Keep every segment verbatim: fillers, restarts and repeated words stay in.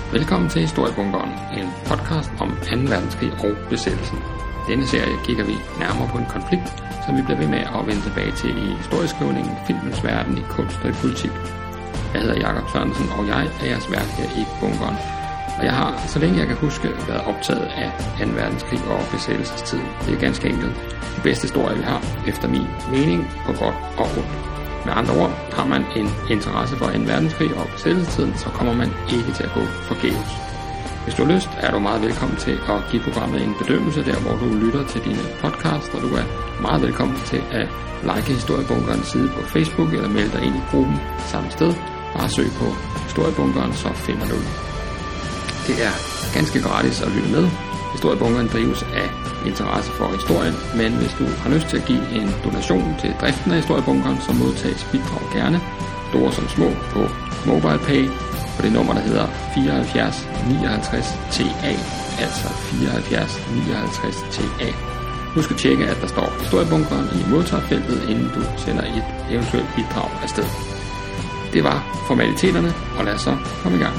Velkommen til Historiebunkeren, en podcast om anden verdenskrig og besættelsen. Denne serie kigger vi nærmere på en konflikt, som vi bliver ved med at vende tilbage til i historieskrivningen, filmens verden, i kunst og i politik. Jeg hedder Jakob Sørensen, og jeg er jeres vært her i bunkeren. Og jeg har, så længe jeg kan huske, været optaget af anden verdenskrig og besættelsestiden. Det er ganske enkelt den bedste historie, vi har, efter min mening, på godt og ondt. Med andre ord, har man en interesse for anden verdenskrig og besættelsestiden, så kommer man ikke til at gå forgæves. Hvis du har lyst, er du meget velkommen til at give programmet en bedømmelse der, hvor du lytter til dine podcasts, og du er meget velkommen til at like Historiebunkerens side på Facebook eller melde dig ind i gruppen samme sted. Bare søg på Historiebunkeren, så finder du det. Det er ganske gratis at lytte med. Historiebunkeren drives af interesse for historien, men hvis du har lyst til at give en donation til driften af Historiebunkeren, så modtages bidrag gerne, store som små, på MobilePay, på det nummer, der hedder fireoghalvfjerds nioghalvtreds T A, altså fireoghalvfjerds nioghalvtreds T A. Husk at tjekke, at der står Historiebunkeren i modtagerfeltet, inden du sender et eventuelt bidrag afsted. Det var formaliteterne, og lad os så komme i gang.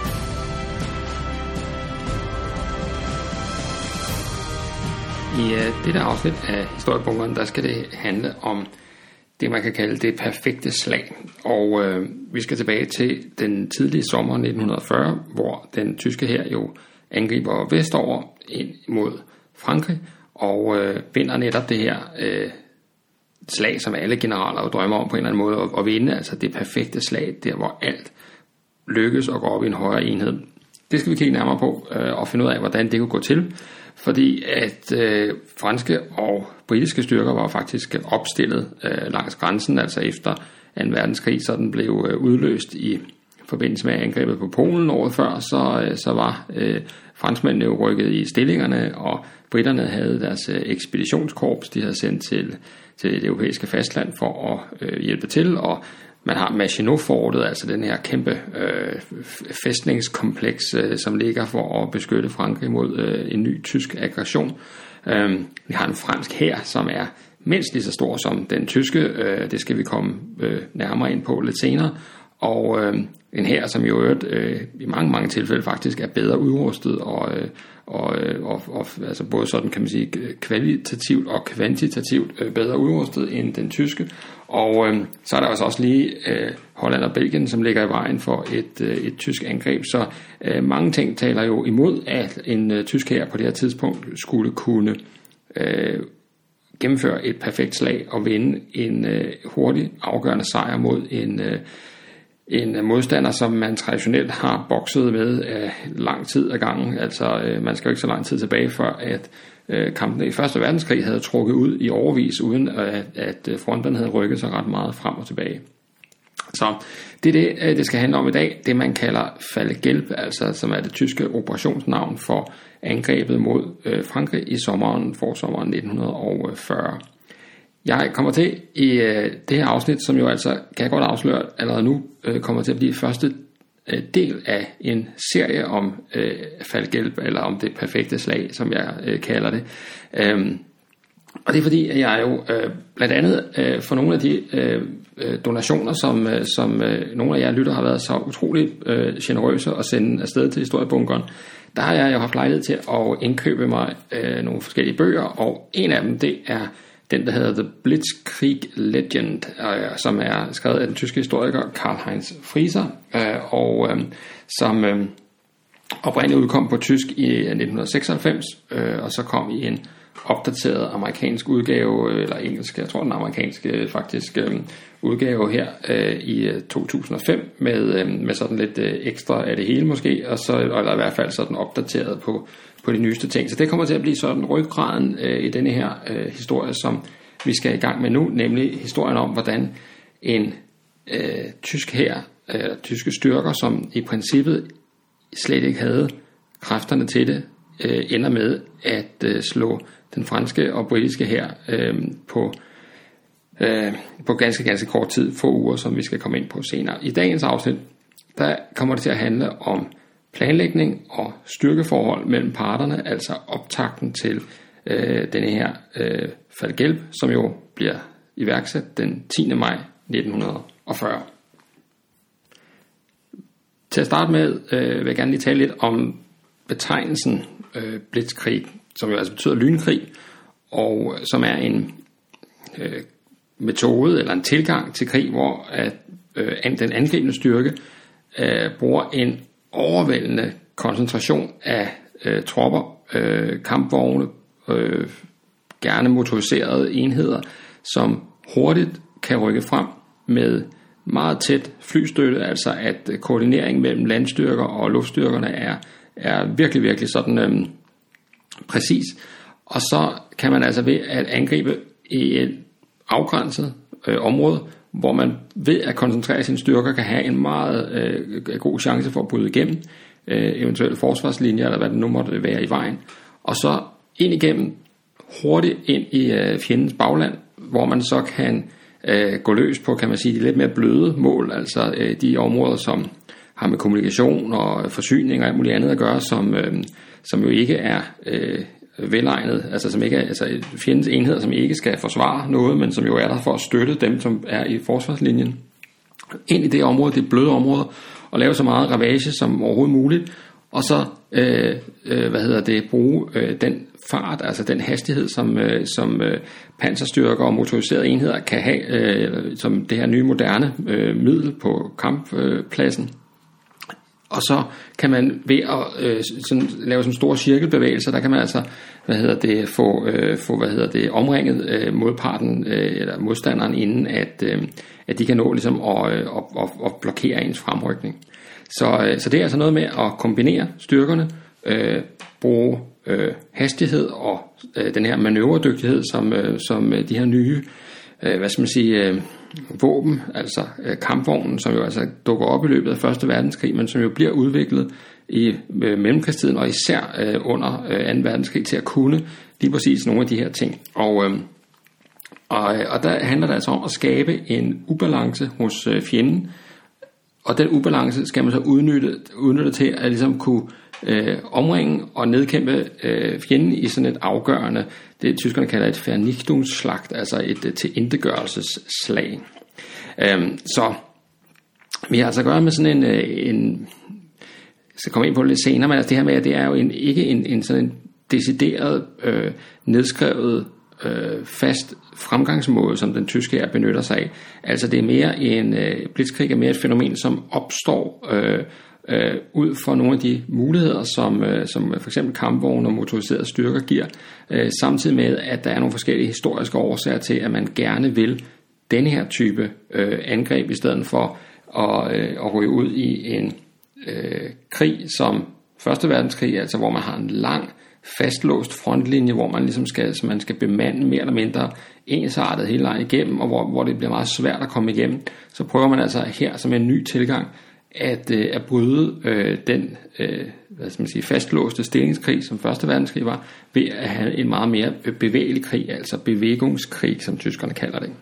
I uh, dette afsnit af Historiebunkeren, der skal det handle om det, man kan kalde det perfekte slag. Og uh, vi skal tilbage til den tidlige sommer nitten fyrre, hvor den tyske hær jo angriber vestover ind mod Frankrig, og uh, vinder netop det her uh, slag, som alle generaler jo drømmer om på en eller anden måde at, at vinde, altså det perfekte slag, der hvor alt lykkes og går op i en højere enhed. Det skal vi kigge nærmere på uh, og finde ud af, hvordan det kunne gå til. Fordi at øh, franske og britiske styrker var faktisk opstillet øh, langs grænsen, altså efter anden verdenskrig, så den blev øh, udløst i forbindelse med angrebet på Polen året før, så, øh, så var øh, franskmændene jo rykket i stillingerne, og britterne havde deres øh, ekspeditionskorps, de havde sendt til, til det europæiske fastland for at øh, hjælpe til, og man har Maginot-fortet, altså den her kæmpe øh, fæstningskompleks, øh, som ligger for at beskytte Frankrig mod øh, en ny tysk aggression. Øh, vi har en fransk hær, som er mindst lige så stor som den tyske. Øh, det skal vi komme øh, nærmere ind på lidt senere. Og øh, en hær, som jo øvrigt øh, i mange, mange tilfælde faktisk er bedre udrustet, og, øh, og, øh, og, og altså både sådan kan man sige kvalitativt og kvantitativt øh, bedre udrustet end den tyske. Og øh, så er der også, også lige øh, Holland og Belgien, som ligger i vejen for et, øh, et tysk angreb. Så øh, mange ting taler jo imod, at en øh, tysk hær på det her tidspunkt skulle kunne øh, gennemføre et perfekt slag og vinde en øh, hurtig afgørende sejr mod en øh, En modstander, som man traditionelt har bokset med øh, lang tid ad gangen. Altså, øh, man skal jo ikke så lang tid tilbage, før at øh, kampene i første verdenskrig havde trukket ud i årevis, uden at, at fronterne havde rykket sig ret meget frem og tilbage. Så det er det, øh, det skal handle om i dag. Det, man kalder Fall Gelb, altså, som er det tyske operationsnavn for angrebet mod øh, Frankrig i sommeren, forsommeren nitten fyrre. Jeg kommer til i øh, det her afsnit, som jo altså, kan jeg godt afsløre allerede nu, øh, kommer til at blive første øh, del af en serie om øh, Fall Gelb, eller om det perfekte slag, som jeg øh, kalder det. Øhm, og det er fordi, at jeg jo øh, blandt andet øh, for nogle af de øh, donationer, som, øh, som øh, nogle af jer lytter har været så utroligt øh, generøse at sende afsted til Historiebunkeren, der har jeg jo haft lejlighed til at indkøbe mig øh, nogle forskellige bøger, og en af dem, det er den, der hedder The Blitzkrieg Legend, øh, som er skrevet af den tyske historiker Karl-Heinz Frieser, øh, og øh, som øh, oprindeligt udkom på tysk i nitten seksoghalvfems, øh, og så kom i en opdateret amerikansk udgave, eller engelsk, jeg tror den amerikanske faktisk øh, udgave her øh, i to tusind og fem, med, øh, med sådan lidt øh, ekstra af det hele måske, og så, eller i hvert fald sådan opdateret på på de nyeste ting. Så det kommer til at blive sådan ryggraden øh, i denne her øh, historie, som vi skal i gang med nu, nemlig historien om, hvordan en øh, tysk hær, øh, tyske styrker, som i princippet slet ikke havde kræfterne til det, øh, ender med at øh, slå den franske og britiske hær øh, på, øh, på ganske, ganske kort tid, få uger, som vi skal komme ind på senere. I dagens afsnit, der kommer det til at handle om planlægning og styrkeforhold mellem parterne, altså optakten til øh, denne her øh, Fall Gelb, som jo bliver iværksat den tiende maj nitten fyrre. til at starte med øh, vil jeg gerne lige tale lidt om betegnelsen øh, blitzkrig, som jo altså betyder lynkrig, og som er en øh, metode eller en tilgang til krig, hvor at, øh, den angribende styrke øh, bruger en overvældende koncentration af øh, tropper, øh, kampvogne, øh, gerne motoriserede enheder, som hurtigt kan rykke frem med meget tæt flystøtte, altså at koordinering mellem landstyrker og luftstyrkerne er, er virkelig, virkelig sådan øhm, præcis. Og så kan man altså ved at angribe i et afgrænset øh, område, hvor man ved at koncentrere sine styrker kan have en meget øh, god chance for at bryde igennem øh, eventuelle forsvarslinjer, eller hvad det nu måtte være i vejen. Og så ind igennem, hurtigt ind i øh, fjendens bagland, hvor man så kan øh, gå løs på, kan man sige, de lidt mere bløde mål, altså øh, de områder, som har med kommunikation og forsyning og alt muligt andet at gøre, som, øh, som jo ikke er øh, velegnet, altså som ikke er, altså fjendens enheder, som ikke skal forsvare noget, men som jo er der for at støtte dem, som er i forsvarslinjen, ind i det område, det bløde område, og lave så meget ravage som overhovedet muligt, og så øh, øh, hvad hedder det, bruge øh, den fart, altså den hastighed, som, øh, som øh, panserstyrker og motoriserede enheder kan have, øh, som det her nye moderne øh, middel på kamppladsen. Øh, og så kan man ved at øh, sådan, lave sådan store cirkelbevægelser, der kan man altså hvad hedder det, få, øh, få hvad hedder det, omringet øh, modparten øh, eller modstanderen, inden at, øh, at de kan nå ligesom at, øh, at, at, at blokere ens fremrykning. Så, øh, så det er altså noget med at kombinere styrkerne, øh, bruge øh, hastighed og øh, den her manøvredygtighed, som, øh, som øh, de her nye øh, hvad skal man sige, øh, våben, altså øh, kampvognen, som jo altså dukker op i løbet af første verdenskrig, men som jo bliver udviklet i øh, mellemkrigstiden og især øh, under øh, anden verdenskrig til at kunne lige præcis nogle af de her ting. Og, øh, og, og der handler det altså om at skabe en ubalance hos øh, fjenden, og den ubalance skal man så udnytte, udnytte til at ligesom kunne øh, omringe og nedkæmpe øh, fjenden i sådan et afgørende, det tyskerne kalder et Vernichtungsschlacht, altså et øh, tilintetgørelsesslag. Øhm, så vi har altså at gøre med sådan en, øh, en jeg skal komme ind på det lidt senere, men altså det her med, at det er jo en, ikke en, en sådan en decideret øh, nedskrevet øh, fast fremgangsmåde, som den tyske her benytter sig af. Altså det er mere en øh, blitzkrig er mere et fænomen, som opstår øh, øh, ud fra nogle af de muligheder, som, øh, som for eksempel kampvogne og motoriserede styrker giver, øh, samtidig med, at der er nogle forskellige historiske årsager til, at man gerne vil denne her type øh, angreb, i stedet for at, øh, at ryge ud i en øh, krig som første verdenskrig, altså hvor man har en lang fastlåst frontlinje, hvor man ligesom skal, så man skal bemande mere eller mindre ensartet hele vejen igennem, og hvor, hvor det bliver meget svært at komme igennem. Så prøver man altså her som en ny tilgang at, øh, at bryde øh, den øh, hvad skal man sige, fastlåste stillingskrig, som første verdenskrig var, ved at have en meget mere bevægelig krig, altså bevægungskrig, som tyskerne kalder det.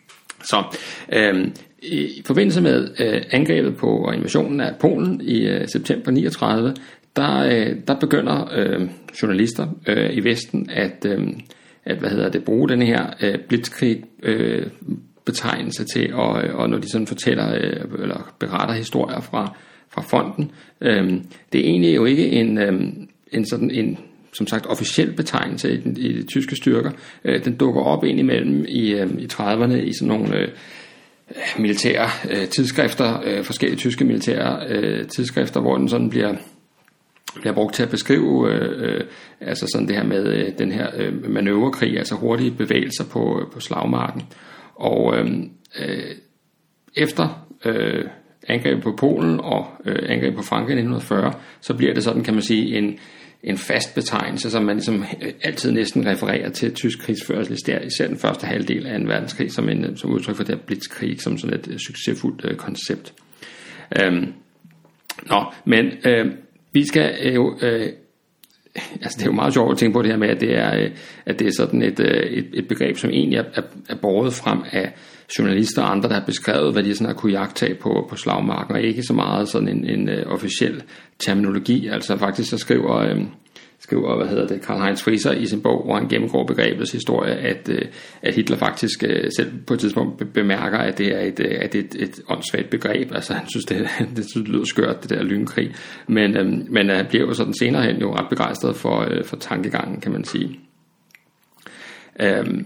Så øh, i forbindelse med øh, angrebet på og invasionen af Polen i øh, september niogtredive, der, øh, der begynder øh, journalister øh, i Vesten at, øh, at hvad hedder det, bruge denne her øh, blitzkrig øh, betegnelse til, og, og når de sådan fortæller øh, eller beretter historier fra, fra fronten. Øh, det er egentlig jo ikke en, øh, en sådan en som sagt officiel betegnelse i, den, i de tyske styrker. Øh, den dukker op ind imellem i, øh, i trediverne i sådan nogle øh, militære øh, tidsskrifter, øh, forskellige tyske militære øh, tidsskrifter, hvor den sådan bliver bliver brugt til at beskrive øh, altså sådan det her med øh, den her øh, manøvrekrig, altså hurtige bevægelser på, på slagmarken. Og øh, øh, efter øh, angrebet på Polen og øh, angrebet på Frankrig i nitten fyrre, så bliver det sådan, kan man sige, en, en fast betegnelse, som man ligesom altid næsten refererer til tysk krigsførelse, især den første halvdel af en verdenskrig, som, en, som udtryk for det her blitzkrig, som sådan et succesfuldt øh, koncept. Øh, nå, men øh, vi skal jo, øh, altså det er jo meget sjovt at tænke på det her med, at det er, øh, at det er sådan et, øh, et, et begreb, som egentlig er, er båret frem af journalister og andre, der har beskrevet, hvad de sådan har kunne jagtage på, på slagmarken, og ikke så meget sådan en, en uh, officiel terminologi. Altså faktisk så skriver, øh, skriver, hvad hedder det, Karl-Heinz Frieser i sin bog, hvor han gennemgår begrebets historie, at, at Hitler faktisk selv på et tidspunkt bemærker, at det er et, at det er et, et åndssvagt begreb. Altså han synes, det, det, det lyder skørt, det der lynkrig. Men, men han bliver jo sådan senere hen jo ret begejstret for, for tankegangen, kan man sige. Øhm,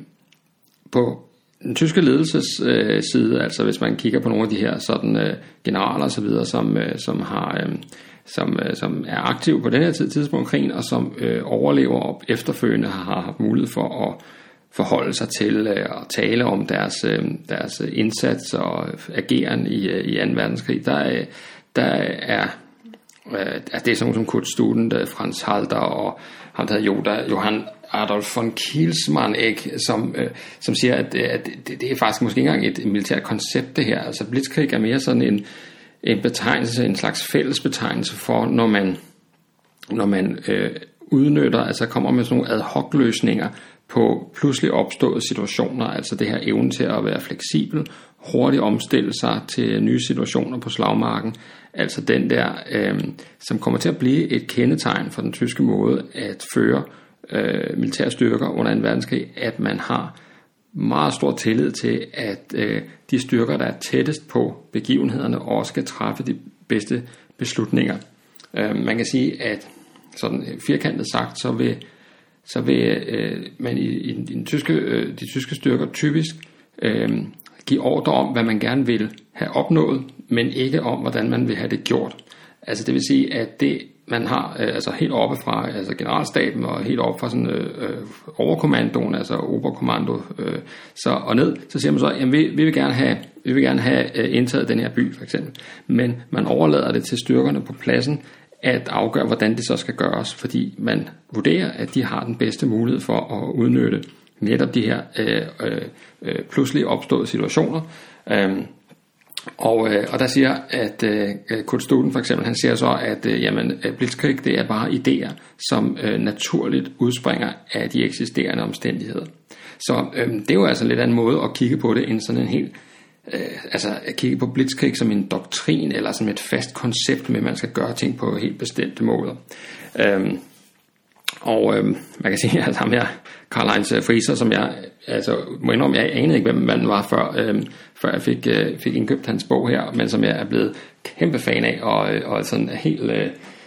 på den tyske ledelses øh, side, altså hvis man kigger på nogle af de her sådan øh, generaler og så videre, som, øh, som har øh, som, øh, som er aktive på den her tid, tidspunkt krigen, og som øh, overlever og efterfølgende har haft mulighed for at forholde sig til øh, og tale om deres, øh, deres indsats og ageren i, øh, i anden verdenskrig. Der, øh, der er øh, det er sådan nogle som Kurt Student, øh, Franz Halter og ham der hedder Johann Adolf von Kielsmann, ikke, som, øh, som siger, at, at det, det er faktisk måske ikke engang et militært koncept det her. Altså blitzkrig er mere sådan en, en betegnelse, en slags fælles betegnelse for, når man, når man øh, udnytter, altså kommer med sådan nogle ad hoc løsninger på pludselig opståede situationer, altså det her evne til at være fleksibel, hurtigt omstille sig til nye situationer på slagmarken, altså den der, øh, som kommer til at blive et kendetegn for den tyske måde at føre øh, militære styrker under en verdenskrig, at man har meget stor tillid til, at øh, de styrker, der er tættest på begivenhederne, også skal træffe de bedste beslutninger. Øh, man kan sige, at sådan firkantet sagt, så vil, så vil øh, man i, i, i den tyske, øh, de tyske styrker typisk øh, give ordre om, hvad man gerne vil have opnået, men ikke om, hvordan man vil have det gjort. Altså det vil sige, at det man har øh, altså helt oppe fra altså generalstaben og helt oppe fra sådan øh, øh, overkommandoen, altså Oberkommando, øh, så og ned, så siger man så, jamen vi, vi vil gerne have vi vil gerne have øh, indtaget den her by for eksempel, men man overlader det til styrkerne på pladsen at afgøre, hvordan det så skal gøres, fordi man vurderer, at de har den bedste mulighed for at udnytte netop de her øh, øh, pludselig opståede situationer. Øh, Og, øh, og der siger, at øh, Kurt Student for eksempel, han siger så, at øh, jamen, blitzkrig, det er bare idéer, som øh, naturligt udspringer af de eksisterende omstændigheder. Så øh, det er jo altså lidt af en måde at kigge på det, end sådan en helt, øh, altså at kigge på blitzkrig som en doktrin, eller som et fast koncept med, at man skal gøre ting på helt bestemte måder. Øh, Og øh, man kan sige, at ham her, Karl-Heinz Frieser, som jeg, altså må indrømme, jeg anede ikke, hvem manden var før, øh, før jeg fik, øh, fik indkøbt hans bog her, men som jeg er blevet kæmpe fan af, og, og sådan helt øh,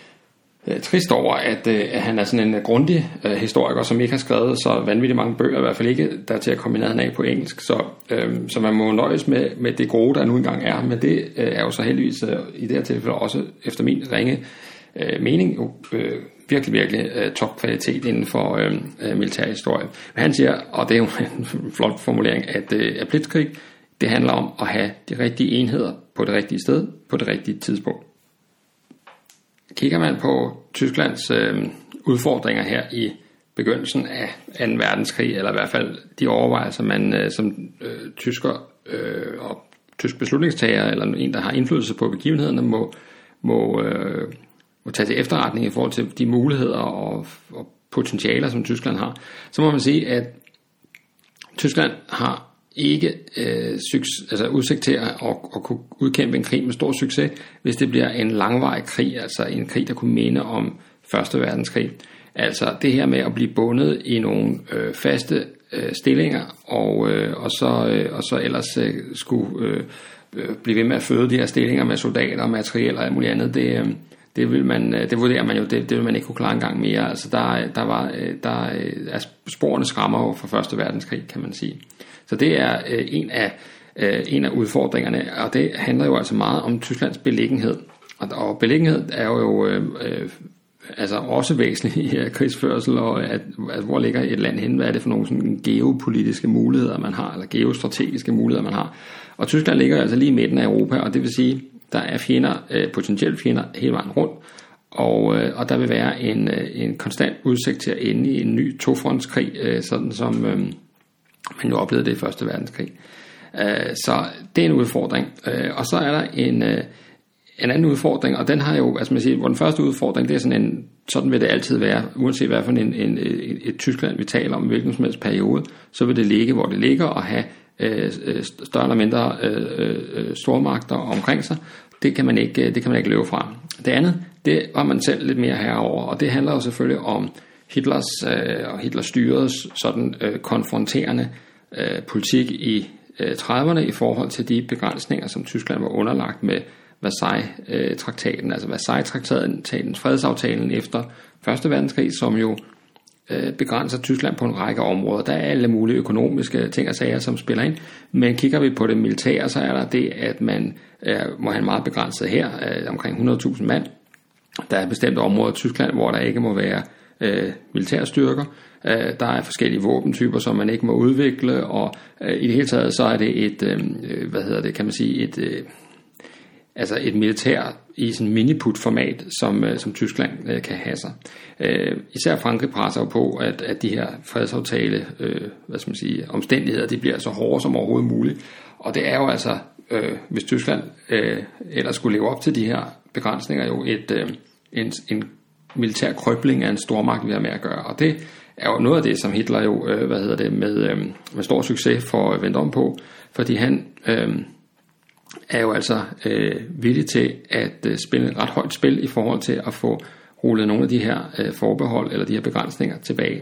trist over, at, øh, at han er sådan en grundig øh, historiker, som ikke har skrevet så vanvittigt mange bøger, i hvert fald ikke der til at komme i nærheden af på engelsk, så, øh, så man må nøjes med, med det gode, der nu engang er, men det øh, er jo så heldigvis øh, i det her tilfælde også efter min ringe øh, mening jo øh, virkelig, virkelig uh, topkvalitet inden for uh, militær historie. Men han siger, og det er jo en flot formulering, at, uh, at blitzkrig, det handler om at have de rigtige enheder på det rigtige sted, på det rigtige tidspunkt. Kigger man på Tysklands uh, udfordringer her i begyndelsen af anden verdenskrig, eller i hvert fald de overvejelser, man uh, som uh, tysker uh, og tysk beslutningstager, eller en, der har indflydelse på begivenhederne, må, må uh, og tage til efterretning i forhold til de muligheder og, og potentialer, som Tyskland har, så må man sige, at Tyskland har ikke øh, succes, altså udsigt til at, at, at kunne udkæmpe en krig med stor succes, hvis det bliver en langvarig krig, altså en krig, der kunne minde om første verdenskrig. Altså det her med at blive bundet i nogle øh, faste øh, stillinger, og, øh, og, så, øh, og så ellers øh, skulle øh, øh, blive ved med at føde de her stillinger med soldater og materiel og alt muligt andet, det øh, Det vil man, det vurderer man jo, det, det vil man ikke kunne klare en gang mere. Altså der, der var, der er sporene skræmmer jo fra første verdenskrig, kan man sige. Så det er en af, en af udfordringerne, og det handler jo altså meget om Tysklands beliggenhed. Og, og beliggenhed er jo øh, altså også væsentlig i krigsførsel, og at, at hvor ligger et land hen, hvad er det for nogle sådan geopolitiske muligheder, man har, eller geostrategiske muligheder, man har. Og Tyskland ligger altså lige i midten af Europa, og det vil sige, der er fjender, øh, potentielle fjender hele vejen rundt, og, øh, og der vil være en, øh, en konstant udsigt til at ende i en ny tofrontskrig, øh, sådan som øh, man jo oplevede det i første verdenskrig. Øh, så det er en udfordring. Øh, og så er der en, øh, en anden udfordring, og den har jo, altså man siger, hvor den første udfordring, det er sådan en, sådan vil det altid være, uanset hvad for en, en, et, et Tyskland vi taler om, hvilken som helst periode, så vil det ligge, hvor det ligger, og have større eller mindre øh, øh, stormagter omkring sig. Det kan man ikke, det kan man ikke løbe fra. Det andet, det var man selv lidt mere herover, og det handler jo selvfølgelig om Hitlers øh, og Hitlers styredes sådan øh, konfronterende øh, politik i øh, trediverne i forhold til de begrænsninger, som Tyskland var underlagt med Versailles-traktaten, altså Versailles-traktaten, fredsaftalen efter første verdenskrig, som jo øh, begrænser Tyskland på en række områder. Der er alle mulige økonomiske ting og sager, som spiller ind, men kigger vi på det militære, så er der det, at man øh, må have en meget begrænset her, øh, omkring hundrede tusind mand. Der er bestemte områder i Tyskland, hvor der ikke må være øh, militære styrker. Øh, der er forskellige våbentyper, som man ikke må udvikle, og øh, i det hele taget så er det et, øh, hvad hedder det, kan man sige, et øh, altså et militær i sådan miniput-format, som, øh, som Tyskland øh, kan have sig. Øh, især Frankrig presser jo på, at, at de her fredsaftale, øh, hvad skal man sige, omstændigheder, de bliver så hårde som overhovedet muligt. Og det er jo altså, øh, hvis Tyskland øh, ellers skulle leve op til de her begrænsninger, jo et, øh, en, en militær krøbling af en stormagt, vi har med at gøre. Og det er jo noget af det, som Hitler jo, øh, hvad hedder det, med, øh, med stor succes får vendt om på, fordi han øh, er jo altså øh, villig til at øh, spille et ret højt spil i forhold til at få rullet nogle af de her øh, forbehold eller de her begrænsninger tilbage.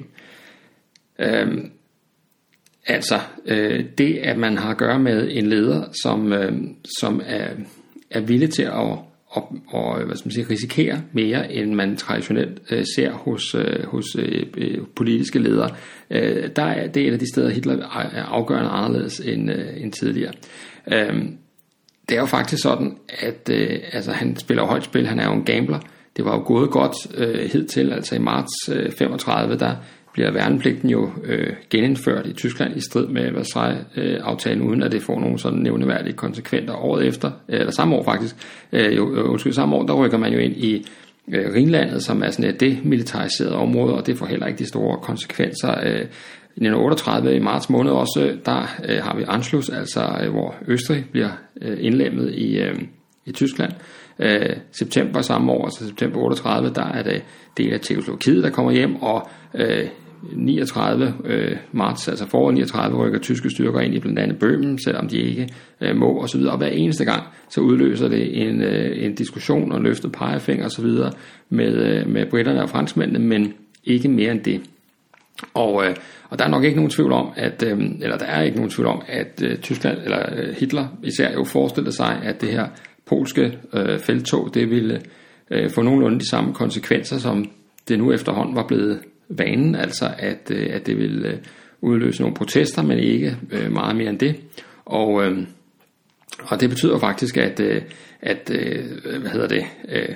Øh, altså øh, det, at man har at gøre med en leder, som, øh, som er, er villig til at og, og hvad skal man sige, risikere mere, end man traditionelt øh, ser hos, øh, hos øh, politiske ledere. Øh, der er det et af de steder, Hitler er afgørende anderledes end, øh, end tidligere. Øh, det er jo faktisk sådan, at øh, altså, han spiller højt spil, han er jo en gambler. Det var jo gået godt øh, hidtil, altså i marts øh, femogtredive, der bliver værnepligten jo øh, genindført i Tyskland i strid med Versailles-aftalen, øh, uden at det får nogle sådan nævneværdige konsekvenser året efter, eller samme år faktisk, øh, jo, øh, undskyld, samme år, der rykker man jo ind i øh, Rhinlandet, som er sådan et demilitariseret område, og det får heller ikke de store konsekvenser. Øh, I nitten otteogtredive i marts måned også, der øh, har vi Anschluss, altså øh, hvor Østrig bliver øh, indlemmet i, øh, i Tyskland. Øh, september samme år, altså september otteogtredive, der er det del af Tjekkoslovakiet, der kommer hjem, og øh, niogtredive øh, marts, altså foråret niogtredive, rykker tyske styrker ind i blandt andet Bøhmen, selvom de ikke øh, må, og så videre. Og hver eneste gang, så udløser det en, øh, en diskussion og løftet pegefinger og så videre med, øh, med britterne og franskmændene, men ikke mere end det. Og, øh, og der er nok ikke nogen tvivl om, at, øh, eller der er ikke nogen tvivl om, at øh, Tyskland, eller øh, Hitler især jo forestillede sig, at det her polske øh, felttog, det ville øh, få nogenlunde de samme konsekvenser, som det nu efterhånden var blevet vanen, altså at, øh, at det ville øh, udløse nogle protester, men ikke øh, meget mere end det. Og, øh, og det betyder faktisk, at, øh, at øh, hvad hedder det, øh,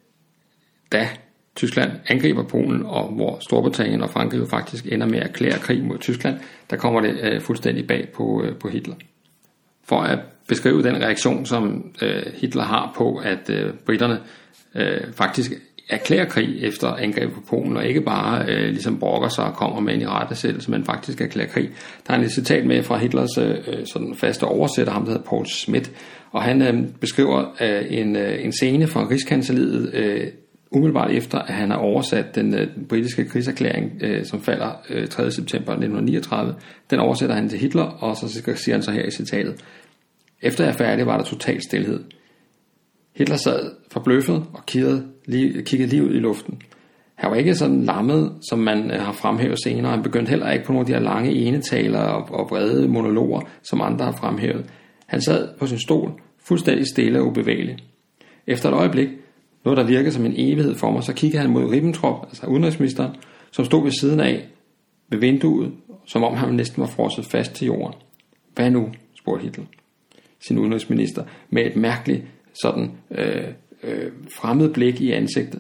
da Tyskland angriber Polen, og hvor Storbritannien og Frankrig jo faktisk ender med at erklære krig mod Tyskland, der kommer det øh, fuldstændig bag på, øh, på Hitler. For at beskrive den reaktion, som øh, Hitler har på, at øh, britterne øh, faktisk erklærer krig efter angrebet på Polen, og ikke bare øh, ligesom brokker sig og kommer med en irettesættelse, men faktisk erklærer krig. Der er et citat med fra Hitlers øh, sådan faste oversætter, ham der hedder Paul Schmidt, og han øh, beskriver øh, en, øh, en scene fra Rigskanseliet, øh, umiddelbart efter, at han har oversat den øh, britiske krigserklæring, øh, som falder øh, tredje september nitten niogtredive. Den oversætter han til Hitler, og så siger han så her i citatet: efter jeg er færdig, var der total stilhed. Hitler sad forbløffet og kiggede, kiggede lige ud i luften. Han var ikke sådan lammet, som man øh, har fremhævet senere. Han begyndte heller ikke på nogle af de her lange enetaler og, og brede monologer, som andre har fremhævet. Han sad på sin stol, fuldstændig stille og ubevægelig. Efter et øjeblik, noget der virkede som en evighed for mig, så kiggede han mod Ribbentrop, altså udenrigsministeren, som stod ved siden af ved vinduet, som om han næsten var frosset fast til jorden. Hvad nu? Spurgte Hitler sin udenrigsminister med et mærkeligt sådan øh, øh, fremmed blik i ansigtet.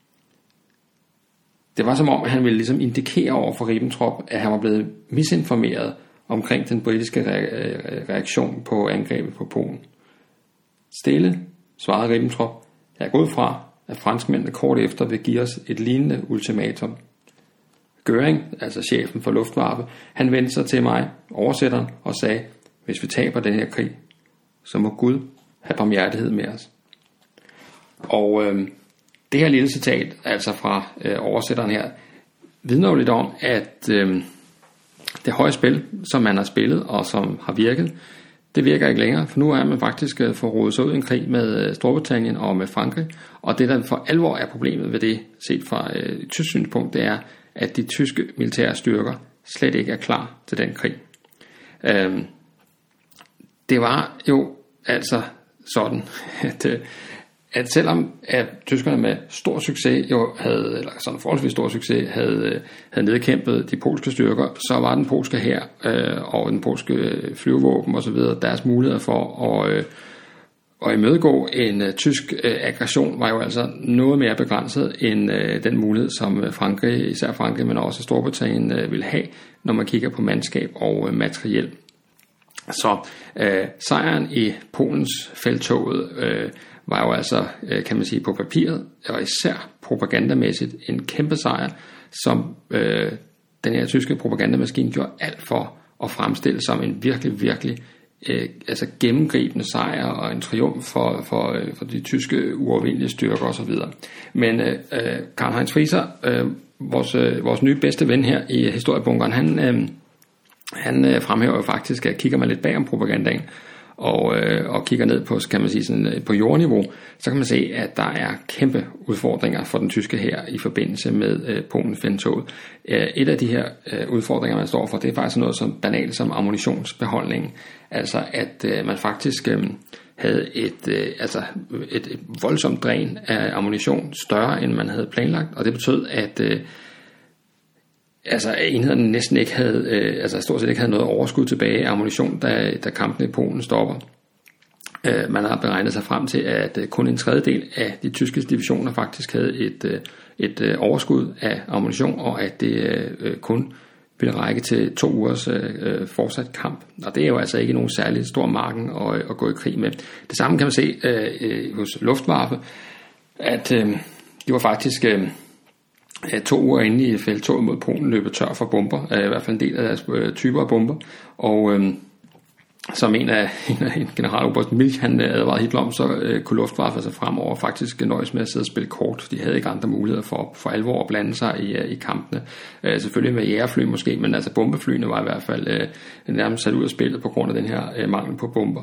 Det var som om, at han ville ligesom indikere over for Ribbentrop, at han var blevet misinformeret omkring den britiske re- reaktion på angrebet på Polen. Stille, svarede Ribbentrop: jeg er gået fra, at franskmændene kort efter vil give os et lignende ultimatum. Göring, altså chefen for Luftwaffe, han vendte sig til mig, oversætteren, og sagde: hvis vi taber den her krig, så må Gud have barmhjertighed med os. Og øh, det her lille citat, altså fra øh, oversætteren her, vidner jo lidt om, at øh, det høje spil, som man har spillet og som har virket, det virker ikke længere, for nu er man faktisk fået rodet sig ud i en krig med Storbritannien og med Frankrig, og det der for alvor er problemet ved det, set fra et tysk synspunkt, det er, at de tyske militære styrker slet ikke er klar til den krig. Øhm, det var jo altså sådan, at, at selvom at tyskerne med stor succes jo havde, eller sådan forholdsvis stor succes, havde, havde nedkæmpet de polske styrker, så var den polske hær øh, og den polske flyvevåben osv. deres muligheder for at, øh, at imødegå en øh, tysk øh, aggression var jo altså noget mere begrænset end øh, den mulighed, som Frankrig, især Frankrig, men også Storbritannien øh, ville have, når man kigger på mandskab og øh, materiel. Så øh, sejren i Polens felttoget øh, var jo altså, øh, kan man sige, på papiret, og især propagandamæssigt en kæmpe sejr, som øh, den her tyske propagandamaskine gjorde alt for at fremstille som en virkelig, virkelig øh, altså gennemgribende sejr og en triumf for, for, øh, for de tyske uovervindelige styrker osv. Men øh, Karl-Heinz Frieser, øh, vores, øh, vores nye bedste ven her i historiebunkeren, han... Øh, Han øh, fremhæver jo faktisk, at kigger man lidt bag om propagandaen og, øh, og kigger ned på, kan man sige, sådan, på jordniveau, så kan man se, at der er kæmpe udfordringer for den tyske hær i forbindelse med øh, Polens felttog. Øh, et af de her øh, udfordringer, man står for, det er faktisk noget som banalt som ammunitionsbeholdning. Altså at øh, man faktisk øh, havde et, øh, altså et, et voldsomt dræn af ammunition, større end man havde planlagt, og det betød, at øh, Altså enhederne næsten ikke havde, øh, altså stort set ikke havde noget overskud tilbage af ammunition, da, da kampene i Polen stopper. Øh, man har beregnet sig frem til, at øh, kun en tredjedel af de tyske divisioner faktisk havde et, øh, et øh, overskud af ammunition, og at det øh, kun ville række til to ugers øh, fortsat kamp. Og det er jo altså ikke nogen særlig stor marken at, at gå i krig med. Det samme kan man se øh, hos Luftwaffe, at øh, de var faktisk... Øh, to uger inde i felttoget mod Polen løbet tør for bomber, i hvert fald en del af deres øh, typer af bomber, og øh, som en af, en af en generaloberst Milch, han advarede Hitler om, så øh, kunne Luftwaffe sig fremover faktisk nøjes med at sidde og spille kort. De havde ikke andre muligheder for, for alvor at blande sig i, i kampene. Øh, selvfølgelig med jægerfly måske, men altså bombeflyene var i hvert fald øh, nærmest sat ud af spillet på grund af den her øh, mangel på bomber.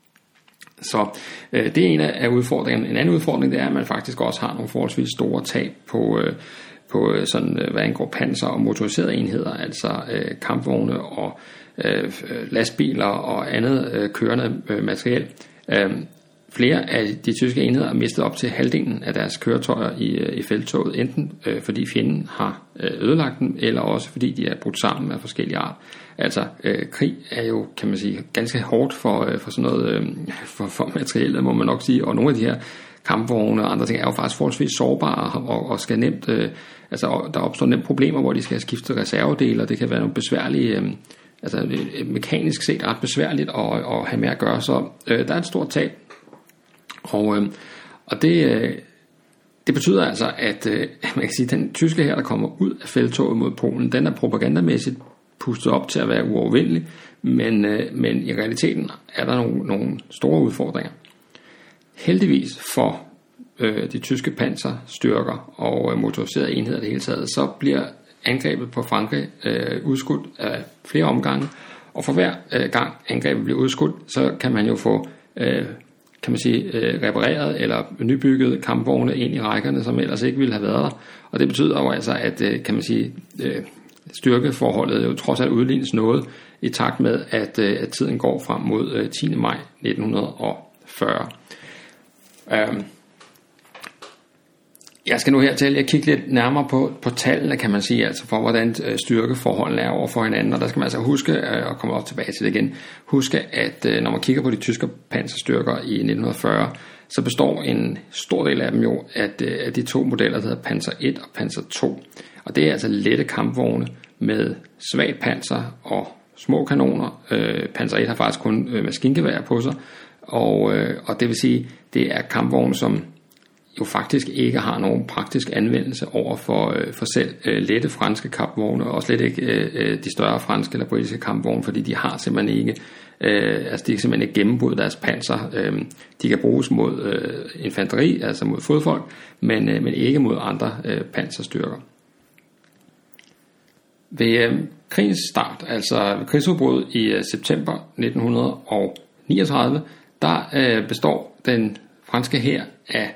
Så øh, det er en af udfordringerne. En anden udfordring, det er, at man faktisk også har nogle forholdsvis store tab på øh, på sådan, hvad angår panser og motoriserede enheder, altså øh, kampvogne og øh, lastbiler og andet øh, kørende øh, materiel. Øh, flere af de tyske enheder har mistet op til halvdelen af deres køretøjer i, øh, i felttoget, enten øh, fordi fjenden har øh, ødelagt dem, eller også fordi de er brudt sammen af forskellige art. Altså øh, krig er jo, kan man sige, ganske hårdt for, øh, for sådan noget øh, for, for materiellet, må man nok sige, og nogle af de her kampvogne og andre ting er jo faktisk forholdsvis sårbare og, og skal nemt, øh, altså der opstår nemt problemer, hvor de skal skifte reservedele, og det kan være nogle besværlige, øh, altså mekanisk set ret besværligt at, at have med at gøre, så øh, der er et stort tab, og, øh, og det, øh, det betyder altså, at øh, man kan sige, den tyske her, der kommer ud af felttoget mod Polen, den er propagandamæssigt pustet op til at være uovervindelig, men, øh, men i realiteten er der nogle, nogle store udfordringer. Heldigvis for øh, de tyske panserstyrker og øh, motoriserede enheder det hele taget, så bliver angrebet på Frankrig øh, udskudt af flere omgange, og for hver øh, gang angrebet bliver udskudt, så kan man jo få øh, kan man sige, øh, repareret eller nybygget kampvogne ind i rækkerne, som ellers ikke ville have været der. Og det betyder jo altså, at øh, kan man sige, øh, styrkeforholdet jo trods alt udlignes noget i takt med, at, øh, at tiden går frem mod øh, tiende maj nitten fyrre. Um, jeg skal nu her til at kigge lidt nærmere på, på tallene, kan man sige, altså for hvordan styrkeforholdene er over for hinanden, og der skal man altså huske, og komme op tilbage til det igen, huske at når man kigger på de tyske panserstyrker i nitten fyrre, så består en stor del af dem jo af, af de to modeller, der hedder Panzer et og Panzer to, og det er altså lette kampvogne med svagt panser og små kanoner. uh, Panzer et har faktisk kun uh, maskingevær på sig, Og, øh, og det vil sige, det er kampvogne, som jo faktisk ikke har nogen praktisk anvendelse over for, øh, for selv øh, lette franske kampvogne, og slet ikke øh, de større franske eller britiske kampvogne, fordi de har simpelthen ikke, øh, altså de kan simpelthen ikke gennembrudt deres panser. Øh, de kan bruges mod øh, infanteri, altså mod fodfolk, men, øh, men ikke mod andre øh, panserstyrker. Ved øh, krigens start, altså ved krigsudbruddet i øh, september nitten niogtredive, der øh, består den franske hær af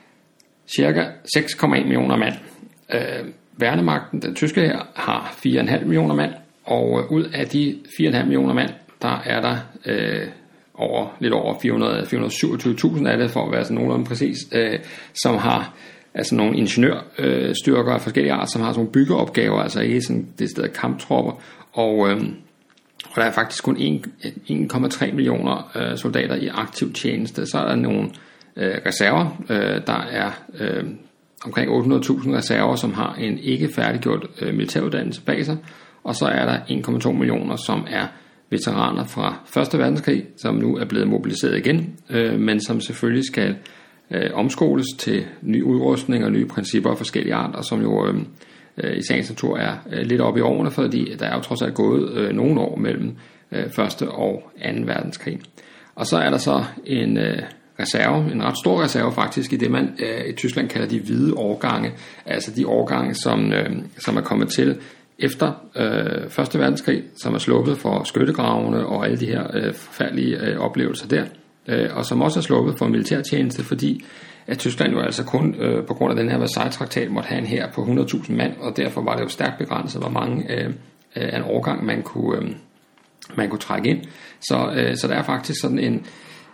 cirka seks komma en millioner mand. Øh, værnemagten, den tyske hær, har fire komma fem millioner mand, og øh, ud af de fire komma fem millioner mand, der er der øh, over, lidt over fire hundrede til fire hundrede og syvogtyve tusind af det, for at være sådan nogenlunde præcis, øh, som har altså nogle ingeniørstyrker af forskellige art, som har sådan nogle byggeopgaver, altså ikke sådan det sted kamptropper, og, øh, og der er faktisk kun en komma tre millioner øh, soldater i aktiv tjeneste. Så er der nogle øh, reserver, øh, der er øh, omkring otte hundrede tusind reserver, som har en ikke færdiggjort øh, militæruddannelse bag sig, og så er der en komma to millioner, som er veteraner fra første verdenskrig, som nu er blevet mobiliseret igen, øh, men som selvfølgelig skal øh, omskoles til ny udrustning og nye principper af forskellige arter, og som jo øh, i sagens natur er øh, lidt oppe i årene, fordi der er jo trods alt gået øh, nogle år mellem øh, første og anden verdenskrig. Og så er der så en øh, reserve, en ret stor reserve faktisk, i det man øh, i Tyskland kalder de hvide årgange, altså de årgange, som, øh, som er kommet til efter øh, første verdenskrig, som er sluppet for skyttegravene og alle de her øh, forfærdelige øh, oplevelser der, øh, og som også er sluppet for militærtjeneste, fordi at Tyskland jo altså kun øh, på grund af den her Versailles-traktat måtte have en hær på hundrede tusind mand, og derfor var det jo stærkt begrænset, hvor mange øh, af en årgang man kunne, øh, man kunne trække ind. Så, øh, så der er faktisk sådan en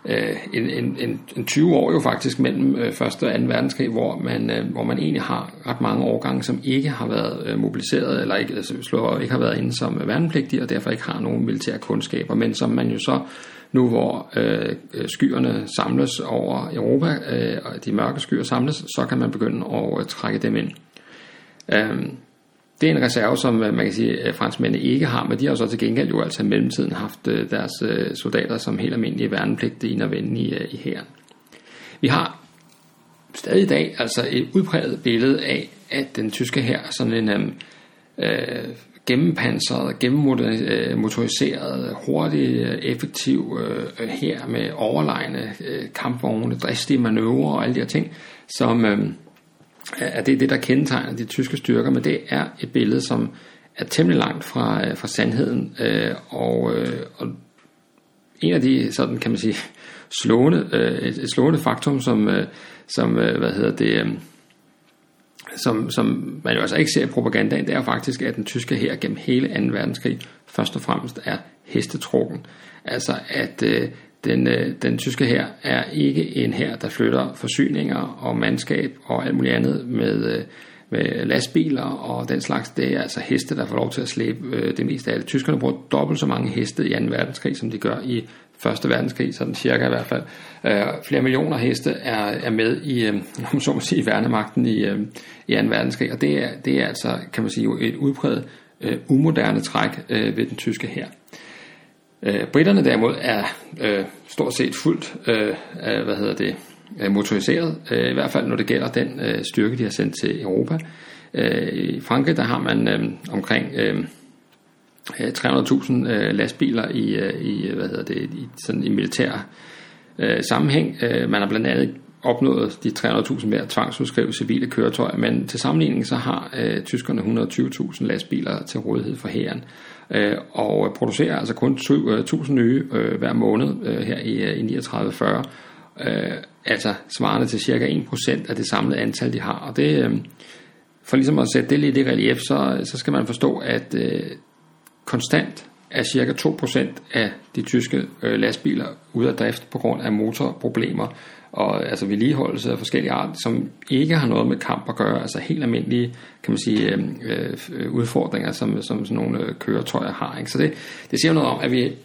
En, en, en, en tyve år jo faktisk mellem øh, første og anden verdenskrig, hvor man, øh, hvor man egentlig har ret mange årgange, som ikke har været øh, mobiliseret, eller ikke, altså, slår, ikke har været inde som værnepligtige, og derfor ikke har nogen militære kundskaber, men som man jo så nu, hvor øh, skyerne samles over Europa, øh, og de mørke skyer samles, så kan man begynde at øh, trække dem ind. Øh, Det er en reserve, som man kan sige, at franskmændene ikke har, men de har jo så til gengæld jo altså i mellemtiden haft deres soldater som helt almindelige værnepligtige ind og vende i, i hæren. Vi har stadig i dag altså et udpræget billede af, at den tyske hær er sådan en øh, gennempansret, gennemmotoriseret, hurtig, effektiv øh, hær med overlegne øh, kampvogne, dristige manøvrer og alle de her ting, som øh, er det det, der kendetegner de tyske styrker, men det er et billede, som er temmelig langt fra, fra sandheden, øh, og, øh, og en af de, sådan kan man sige, slående, øh, et, et slående faktum, som, øh, som øh, hvad hedder det, øh, som, som man jo altså ikke ser i propagandaen, det er faktisk, at den tyske hær gennem hele anden verdenskrig først og fremmest er hestetrukken. Altså at øh, Den, den tyske hær er ikke en hær, der flytter forsyninger og mandskab og alt muligt andet med, med lastbiler og den slags. Det er altså heste, der får lov til at slæbe det meste af det. Tyskerne bruger dobbelt så mange heste i anden verdenskrig, som de gør i første verdenskrig, sådan cirka i hvert fald. Flere millioner heste er, er med i, om så må sige, værnemagten i, i anden verdenskrig, og det er, det er altså, kan man sige, et udpræget umoderne træk ved den tyske hær. Øh, Britterne derimod er øh, stort set fuldt øh, hvad hedder det, øh, motoriseret, øh, i hvert fald når det gælder den øh, styrke, de har sendt til Europa. Øh, I Frankrig der har man øh, omkring øh, tre hundrede tusind øh, lastbiler i, øh, i hvad hedder det, i sådan i militær øh, sammenhæng. Øh, man har blandt andet opnået de tre hundrede tusind mere tvangsudskrevne civile køretøjer, men til sammenligning så har øh, tyskerne et hundrede og tyve tusind lastbiler til rådighed for hæren, øh, og producerer altså kun tusind nye øh, hver måned øh, her i, i niogtredive fyrre, øh, altså svarende til cirka en procent af det samlede antal de har, og det øh, for ligesom at sætte det lidt i relief, så, så skal man forstå, at øh, konstant er cirka to procent af de tyske øh, lastbiler ude af drift på grund af motorproblemer og altså vedligeholdelse af forskellige arter, som ikke har noget med kamp at gøre, altså helt almindelige, kan man sige, øh, øh, udfordringer, som, som sådan nogle øh, køretøjer har. Ikke? Så det, det siger noget om, at vi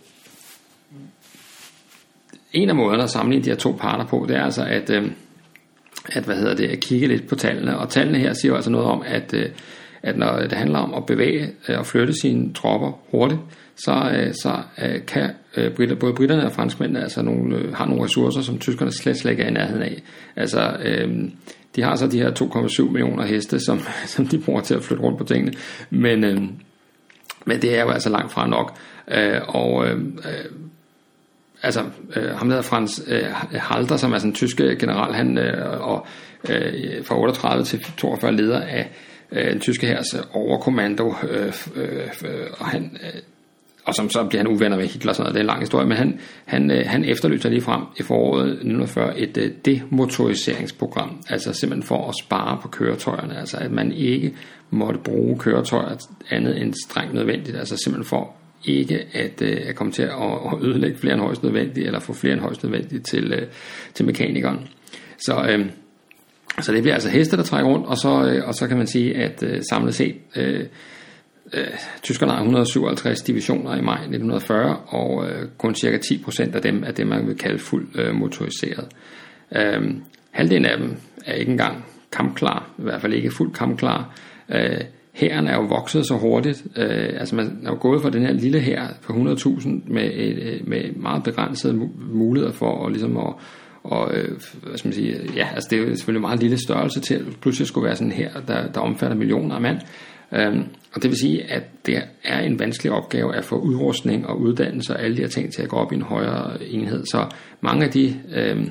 en af måderne at sammenligne de her to parter på, det er altså at, øh, at hvad hedder det, at kigge lidt på tallene, og tallene her siger altså noget om, at øh, at når det handler om at bevæge og flytte sine tropper hurtigt, så, så kan både britterne og franskmændene altså nogle, har nogle ressourcer, som tyskerne slet slet ikke er i nærheden af. Altså, øhm, de har så de her to komma syv millioner heste, som, som de bruger til at flytte rundt på tingene, men, øhm, men det er jo altså langt fra nok. Øh, og øh, altså, øh, ham der hedder Franz øh, Halder, som er sådan en tyske general, han øh, og øh, fra otteogtredive til toogfyrre leder af den tyske hærs overkommando, øh, øh, og han øh, og som så bliver han uvenner med Hitler og sådan noget, det er en lang historie, men han, han, han efterlyser lige frem i foråret nitten fyrre et demotoriseringsprogram, altså simpelthen for at spare på køretøjerne, altså at man ikke måtte bruge køretøjer andet end strengt nødvendigt, altså simpelthen for ikke at, at komme til at ødelægge flere end højst nødvendigt, eller få flere end højst nødvendigt til, til mekanikeren. Så, øh, så det bliver altså heste, der trækker rundt, og så, øh, og så kan man sige, at øh, samlet set, øh, øh, tyskerne har et hundrede og syvoghalvtreds divisioner i maj nitten fyrre, og øh, kun cirka ti procent af dem er det, man vil kalde fuldt øh, motoriseret. Øh, halvdelen af dem er ikke engang kampklar, i hvert fald ikke fuldt kampklar. Øh, Hæren er jo vokset så hurtigt, øh, altså man er jo gået fra den her lille hær på hundrede tusind med, et, med meget begrænsede muligheder for at, ligesom at og, øh, hvad skal man sige, ja, altså det er jo selvfølgelig en meget lille størrelse til at pludselig skulle være sådan her, der, der omfatter millioner af mand. Øhm, og det vil sige, at det er en vanskelig opgave at få udrustning og uddannelse og alle de her ting til at gå op i en højere enhed. Så mange af de øh,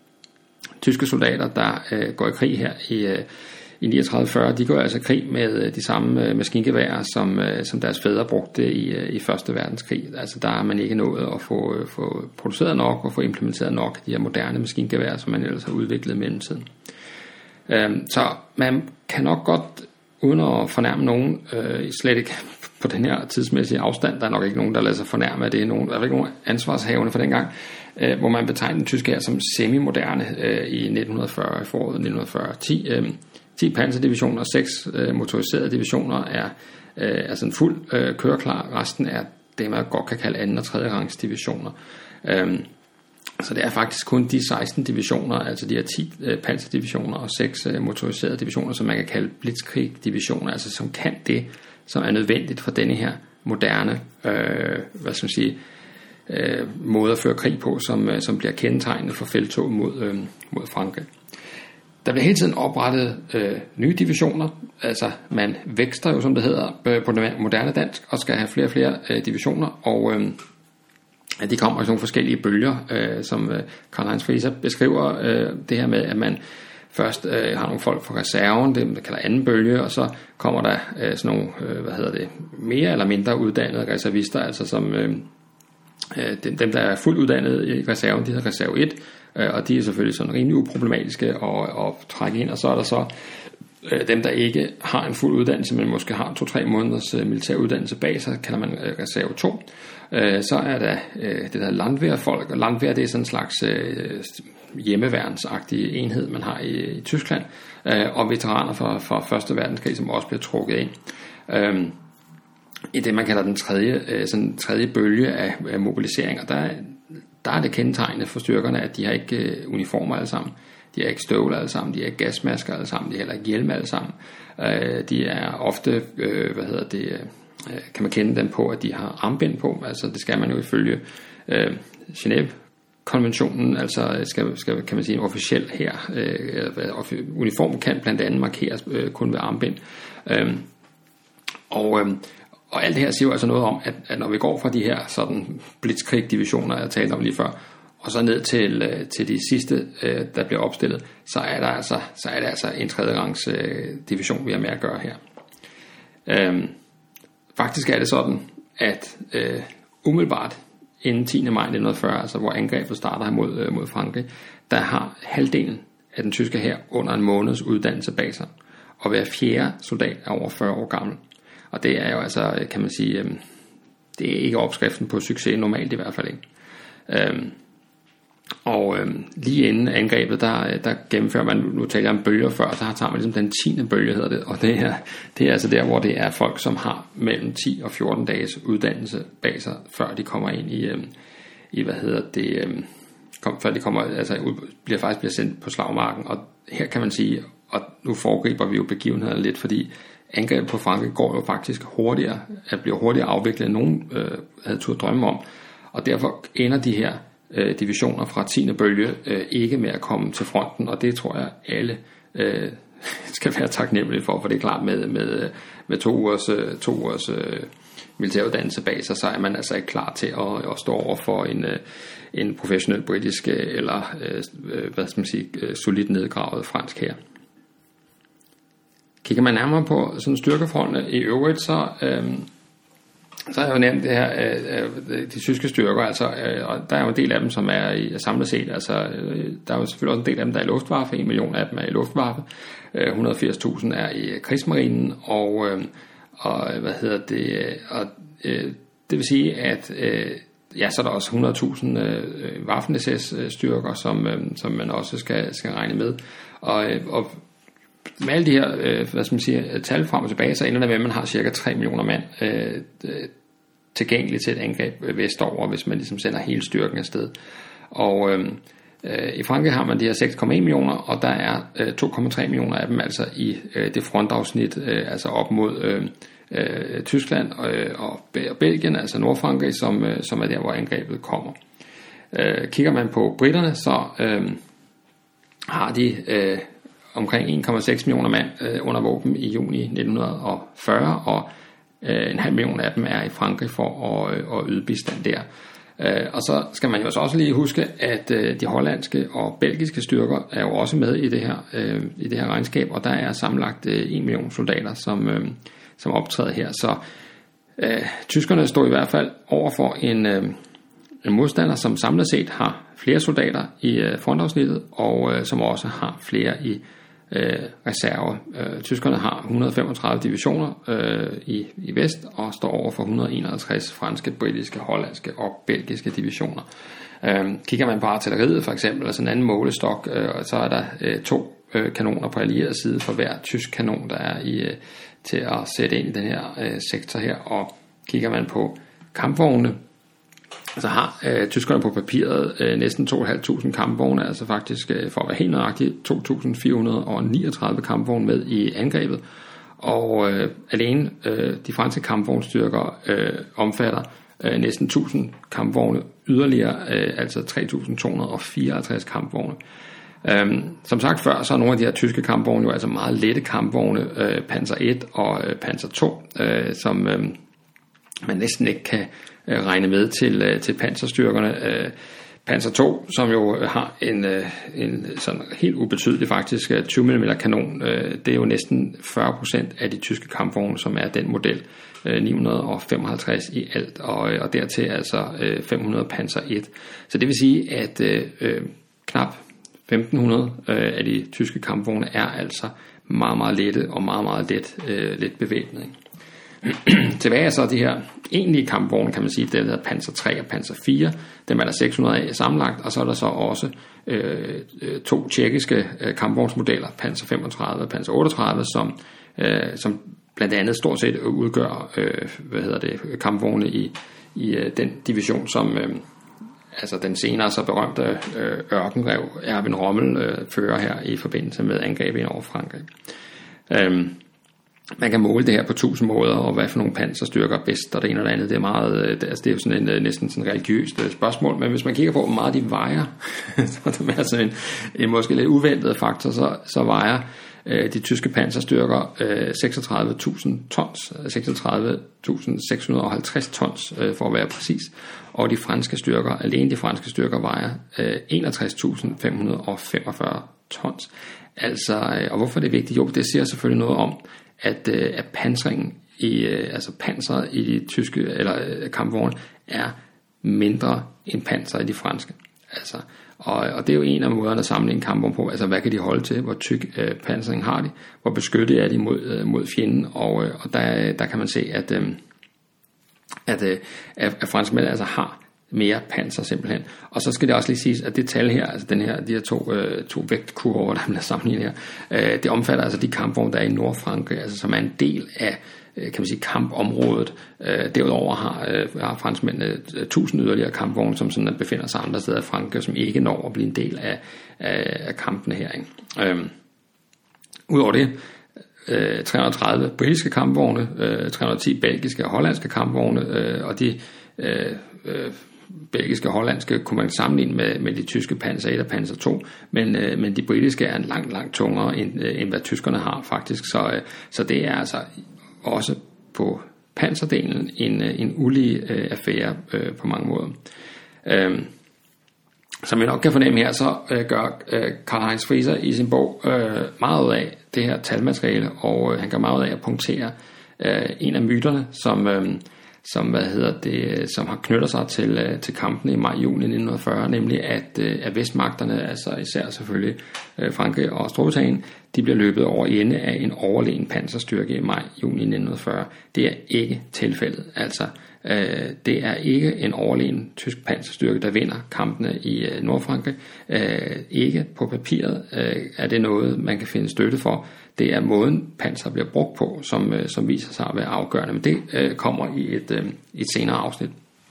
tyske soldater, der øh, går i krig her i øh, i niogtredive fyrre, de går altså i krig med de samme maskingeværer, som, som deres fædre brugte i, i første verdenskrig. Altså der har man ikke nået at få, få produceret nok og få implementeret nok de her moderne maskingeværer, som man ellers har udviklet i mellemtiden. Øhm, så man kan nok godt, uden at fornærme nogen, øh, slet ikke på den her tidsmæssige afstand, der er nok ikke nogen, der lader sig fornærme af det, nogen, der er ikke nogen ansvarshavende for dengang, øh, hvor man betegner den tyske her som semi-moderne øh, i nitten fyrre, i foråret nitten fyrre. ti øh, ti panserdivisioner og seks øh, motoriserede divisioner er, øh, er sådan fuld øh, køreklar. Resten er det, man godt kan kalde anden- og tredje rangs divisioner. Øhm, så det er faktisk kun de seksten divisioner, altså de her ti øh, panserdivisioner og seks øh, motoriserede divisioner, som man kan kalde blitzkrieg-divisioner, altså som kan det, som er nødvendigt for denne her moderne, øh, hvad skal man sige, øh, måde at føre krig på, som, øh, som bliver kendetegnet for felttog mod, øh, mod Frankrig. Der bliver hele tiden oprettet øh, nye divisioner, altså man vækster jo, som det hedder øh, på det moderne dansk, og skal have flere og flere øh, divisioner, og øh, de kommer i nogle forskellige bølger, øh, som øh, Karl-Heinz Frieser beskriver øh, det her med, at man først øh, har nogle folk fra reserven, det man kalder anden bølge, og så kommer der øh, sådan nogle, øh, hvad hedder det, mere eller mindre uddannede reservister, altså som øh, dem, dem der er fuldt uddannet i reserven, de hedder reserve et, og de er selvfølgelig sådan rimelig uproblematiske at, at trække ind, og så er der så øh, dem, der ikke har en fuld uddannelse, men måske har to-tre måneders øh, militær uddannelse bag sig, kalder man øh, reserve to. Øh, så er der øh, det der landwehrfolk, og landwehr, det er sådan en slags øh, hjemmeværnsagtig enhed, man har i, i Tyskland, øh, og veteraner fra, fra første verdenskrig, som også bliver trukket ind. Øh, I det, man kalder den tredje, øh, sådan tredje bølge af, af mobilisering, og der er Der er det kendetegnende for styrkerne, at de har ikke øh, uniformer alle sammen, de har ikke støvler alle sammen, de har ikke gasmasker alle sammen, de har heller ikke hjelme alle sammen. Øh, de er ofte, øh, hvad hedder det, øh, kan man kende dem på, at de har armbind på, altså det skal man jo ifølge øh, Genève-konventionen, altså skal, skal, kan man sige en officiel her, øh, uniform kan blandt andet markeres øh, kun ved armbind. Øh, og øh, Og alt det her siger jo altså noget om, at, at når vi går fra de her sådan blitzkrieg-divisioner, jeg talte om lige før, og så ned til, til de sidste, der bliver opstillet, så er, der altså, så er det altså en tredje rangs division, vi har med at gøre her. Øhm, faktisk er det sådan, at øh, umiddelbart inden tiende maj nitten fyrre, altså hvor angrebet starter mod, mod Frankrig, der har halvdelen af den tyske hær under en måneds uddannelse bag sig, og hver fjerde soldat er over fyrre år gammel. Og det er jo altså, kan man sige, det er ikke opskriften på succes, normalt i hvert fald ikke. Øhm, og øhm, lige inden angrebet, der, der gennemfører man, nu taler jeg om bølger før, så tager man ligesom den tiende bølge, hedder det, og det er, det er altså der, hvor det er folk, som har mellem ti og fjorten dages uddannelse bag sig, før de kommer ind i, øhm, i hvad hedder det, øhm, kom, før de kommer, altså bliver faktisk bliver sendt på slagmarken, og her kan man sige, og nu foregriber vi jo begivenheden lidt, fordi angrebet på Frankrig går jo faktisk hurtigere, at bliver hurtigere afviklet, end nogen øh, havde turde drømme om. Og derfor ender de her øh, divisioner fra tiende bølge øh, ikke med at komme til fronten, og det tror jeg alle øh, skal være taknemmelige for, for det er klart med, med, med to ugers, to ugers øh, militæruddannelse bag sig, så er man altså ikke klar til at, at stå over for en, øh, en professionel britisk eller øh, hvad skal man sige, solidt nedgravet fransk hær. Kigger man nærmere på sådan styrkeforholdene i øvrigt, så, øhm, Så har jeg jo nævnt det her, øh, de tyske styrker, altså, øh, og der er jo en del af dem, som er i samlet set, altså, øh, der er jo selvfølgelig også en del af dem, der er i Luftwaffe, en million af dem er i Luftwaffe, øh, et hundrede og firs tusind er i krigsmarinen, og, øh, og hvad hedder det, og øh, det vil sige, at øh, ja, så er der også hundrede tusind øh, Waffen-S S-styrker, som, øh, som man også skal, skal regne med, og, øh, og med alle de her, øh, hvad skal man sige, tal frem og tilbage, så ender det med, at man har cirka tre millioner mand øh, øh, tilgængeligt til et angreb vestover, hvis man ligesom sender hele styrken afsted. Og øh, øh, i Frankrig har man de her seks komma en millioner, og der er øh, to komma tre millioner af dem altså i øh, det frontafsnit, øh, altså op mod øh, øh, Tyskland øh, og Belgien, altså Nordfrankrig, som, øh, som er der, hvor angrebet kommer. Øh, kigger man på britterne, så øh, har de øh, omkring en komma seks millioner mand øh, under våben i juni nitten fyrre, og øh, en halv million af dem er i Frankrig for at, øh, at yde bistand der. Øh, og så skal man jo også lige huske, at øh, de hollandske og belgiske styrker er jo også med i det her, øh, i det her regnskab, og der er sammenlagt øh, en million soldater, som, øh, som optræder her. Så øh, tyskerne står i hvert fald over for en, øh, en modstander, som samlet set har flere soldater i øh, frontafsnittet, og øh, som også har flere i øh, reserve. Øh, tyskerne har et hundrede og femogtredive divisioner øh, i, i vest, og står over for et hundrede og enoghalvtreds franske, britiske, hollandske og belgiske divisioner. Øh, kigger man på artilleriet for eksempel, altså en anden målestok, øh, så er der øh, to øh, kanoner på allieret side for hver tysk kanon, der er i, øh, til at sætte ind i den her øh, sektor her. Og kigger man på kampvogne, så har øh, tyskerne på papiret øh, næsten to tusind fem hundrede kampvogne, altså faktisk øh, for at være helt nøjagtigt to tusind fire hundrede og niogtredive kampvogne med i angrebet, og øh, alene øh, de franske kampvognstyrker øh, omfatter øh, næsten tusind kampvogne yderligere, øh, altså tre tusind to hundrede og fireoghalvtreds kampvogne. Øhm, som sagt før, så er nogle af de her tyske kampvogne jo altså meget lette kampvogne, øh, Panzer et og øh, Panzer to, øh, som øh, man næsten ikke kan øh, regne med til, øh, til panserstyrkerne. Øh, Panzer to, som jo har en, øh, en sådan helt ubetydelig faktisk tyve millimeter kanon, øh, det er jo næsten fyrre procent af de tyske kampvogne, som er den model, øh, ni hundrede og femoghalvtreds i alt, og, og dertil altså øh, fem hundrede Panzer et. Så det vil sige, at øh, knap femten hundrede øh, af de tyske kampvogne er altså meget, meget lette og meget, meget let, øh, let bevæbnet. Tilbage er så de her egentlige kampvogne, kan man sige, det der hedder Panzer tre og Panzer fire, dem er der seks hundrede af sammenlagt, og så er der så også øh, to tjekkiske øh, kampvognsmodeller, Panzer femogtredive og Panzer otteogtredive, som, øh, som blandt andet stort set udgør øh, hvad hedder det, kampvogne i, i øh, den division, som øh, altså den senere så berømte øh, ørkenrev Erwin Rommel øh, fører her i forbindelse med angrebet ind over Frankrig. Øhm, man kan måle det her på tusind måder, og hvad for nogle panserstyrker er bedst, og det ene og det andet, det er meget, øh, det, altså det er jo sådan en, næsten sådan et religiøst øh, spørgsmål, men hvis man kigger på, hvor meget de vejer, så er det altså en, en måske lidt uventet faktor, så, så vejer øh, de tyske panserstyrker øh, seksogtredive tusind tons, seksogtredive tusind seks hundrede og halvtreds tons øh, for at være præcis, og de franske styrker, alene de franske styrker vejer øh, enogtres tusind fem hundrede og femogfyrre tons. Altså, øh, og hvorfor er det vigtigt? Jo, det siger selvfølgelig noget om, at, øh, at pansringen i, øh, altså panseret i de tyske eller øh, kampvogne er mindre end panser i de franske. Altså, og, og det er jo en af måderne at samle en kampvogn på. Altså, hvad kan de holde til? Hvor tyk øh, pansring har de? Hvor beskyttet er de mod, øh, mod fjenden? Og, øh, og der, der kan man se, at øh, at, øh, at franskmænd altså har mere panser simpelthen. Og så skal det også lige siges, at det tal her, altså den her, de her to, øh, to vægtkurver, der bliver sammenlignet her, øh, det omfatter altså de kampvogne, der er i Nordfrankrig, altså som er en del af, øh, kan man sige, kampområdet. Øh, derudover har, øh, har franskmændene øh, tusind yderligere kampvogne, som sådan befinder sig andre steder i Frankrig, som ikke når at blive en del af, af, af kampene her. Ikke? Øh, Udover det, tre hundrede og tredive britiske kampvogne, tre hundrede og ti belgiske og hollandske kampvogne, og de øh, øh, belgiske og hollandske kunne man sammenligne med, med de tyske Panzer et og Panzer to, men, øh, men de britiske er langt, langt tungere end, øh, end hvad tyskerne har faktisk, så, øh, så det er altså også på panserdelen en, en ulige øh, affære øh, på mange måder. Øh, Som vi nok kan fornemme her, så øh, gør øh, Karl-Heinz Frieser i sin bog øh, meget ud af det her talmateriale, og øh, han gør meget ud af at punktere øh, en af myterne, som, øh, som, hvad hedder det, som har knyttet sig til, til kampene i maj-juni nitten fyrre, nemlig at, at vestmagterne, altså især selvfølgelig Frankrig og Storbritannien, de bliver løbet over ende af en overlegen panserstyrke i maj-juni nitten fyrre. Det er ikke tilfældet. Altså, øh, det er ikke en overlegen tysk panserstyrke, der vinder kampene i øh, Nordfrankrig. Øh, ikke på papiret øh, er det noget, man kan finde støtte for. Det er måden panser bliver brugt på, som, øh, som viser sig at være afgørende. Men det øh, kommer i et, øh, et senere afsnit.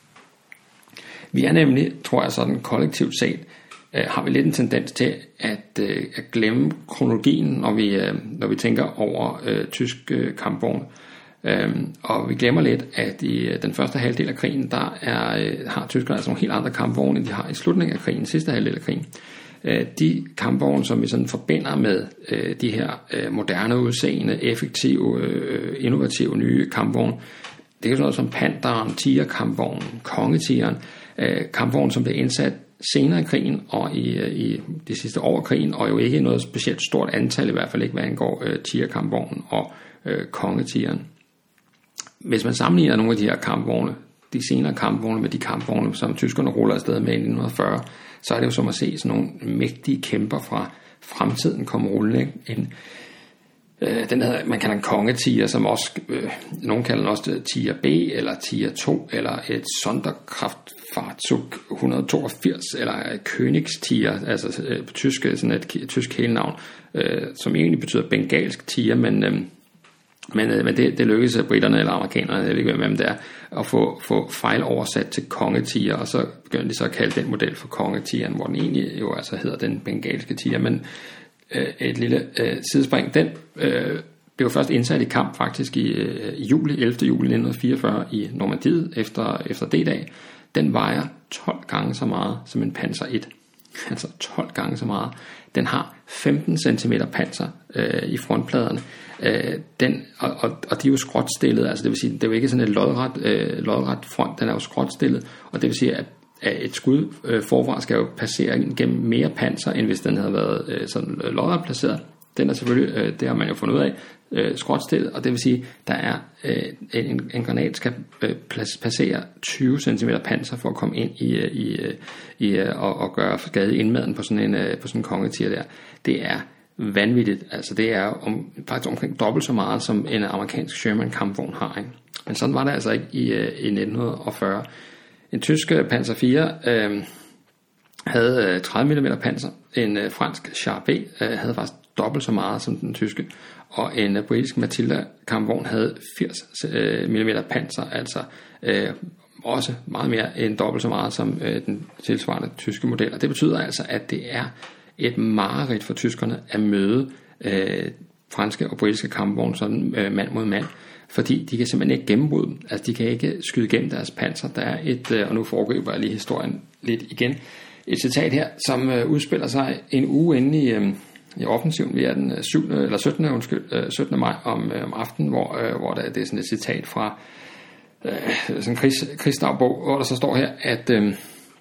Vi er nemlig, tror jeg sådan kollektivt set, øh, har vi lidt en tendens til at, øh, at glemme kronologien, når vi, øh, når vi tænker over øh, tysk øh, kampvogn. Øhm, og vi glemmer lidt, at i øh, den første halvdel af krigen, der er, øh, har tyskerne altså nogle helt andre kampvogne, end de har i slutningen af krigen, sidste halvdel af krigen. Øh, de kampvogne, som vi sådan forbinder med øh, de her øh, moderne udseende, effektive, øh, innovative nye kampvogne, det er jo sådan noget som Pantheren, Tiger-kampvognen, Kongetigeren, øh, kampvognen, som blev indsat senere i krigen og i, øh, i de sidste år af krigen, og jo ikke noget specielt stort antal, i hvert fald ikke hvad angår øh, Tiger-kampvognen og øh, Kongetigeren. Hvis man sammenligner nogle af de her kampvogne, de senere kampvogne med de kampvogne, som tyskerne ruller afsted med i nitten fyrre, så er det jo som at se sådan nogle mægtige kæmper fra fremtiden komme rullende ind. Øh, den hedder, man kalder en Kongetiger, som også, øh, nogen kalder den også Tiger B, eller Tiger to, eller et Sonderkraftfahrzeug et hundrede toogfirs, eller Königstiger, altså øh, på tysk, sådan et, et tysk helnavn, øh, som egentlig betyder bengalsk tiger, men... Øh, Men, men det, det lykkedes britterne eller amerikanerne, jeg ved ikke hvem det er, at få, få fejl oversat til kongetiger, og så begyndte de så at kalde den model for kongetigeren, hvor den egentlig jo altså hedder den bengalske tiger. Men øh, et lille øh, sidespring, den øh, blev først indsat i kamp faktisk i, øh, i juli, ellevte juli nitten fireogfyrre i Normandiet efter, efter D-dag. Den vejer tolv gange så meget som en Panzer et. Altså tolv gange så meget. Den har femten centimeter panser øh, i frontpladerne. Øh, den, og, og, og de er jo skråtstillet, altså det vil sige, det er jo ikke sådan et lodret, øh, lodret front, den er jo skråtstillet, og det vil sige, at, at et skud øh, forfra skal jo passere gennem mere panser, end hvis den havde været øh, sådan øh, lodret placeret. Den er selvfølgelig, øh, det har man jo fundet ud af, øh, skråtstillet, og det vil sige, der er øh, en, en granat skal øh, passere tyve centimeter panser for at komme ind i, øh, i, øh, i øh, og, og gøre skade indmaden på sådan en øh, på sådan en kongetiger der. Det er vanvittigt, altså det er om, faktisk omkring dobbelt så meget som en amerikansk Sherman kampvogn har, ikke? Men sådan var det altså ikke i, øh, i nitten fyrre. En tysk Panzer fire øh, havde øh, tredive millimeter panser, en øh, fransk Char B øh, havde faktisk dobbelt så meget som den tyske, og en uh, britisk Matilda kampvogn havde firs millimeter panser, altså øh, også meget mere end dobbelt så meget som øh, den tilsvarende tyske model. Og det betyder altså, at det er et mareridt for tyskerne at møde øh, franske og britiske kampvogne sådan øh, mand mod mand, fordi de kan simpelthen ikke gennembryde dem. Altså de kan ikke skyde gennem deres panser. Der er et, øh, og nu foregriber jeg lige historien lidt igen, et citat her, som øh, udspiller sig en uge inde i... Øh, i offensiven. Vi er den syvende eller syttende, undskyld, syttende maj om, om aftenen, hvor, øh, hvor der, det er sådan et citat fra øh, sådan en krigs, krigsdagbog, hvor der så står her, at øh,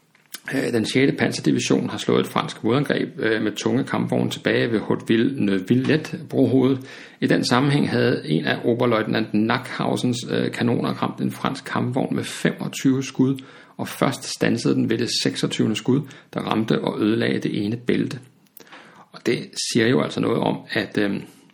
den sjette panserdivision har slået et fransk modangreb øh, med tunge kampvogne tilbage ved Hauteville-Neuvillet-brohovedet. I den sammenhæng havde en af oberløjtnant Nackhausens øh, kanoner ramt en fransk kampvogn med femogtyve skud, og først standsede den ved det seksogtyvende skud, der ramte og ødelagde det ene bælte. Og det siger jo altså noget om, at, øh,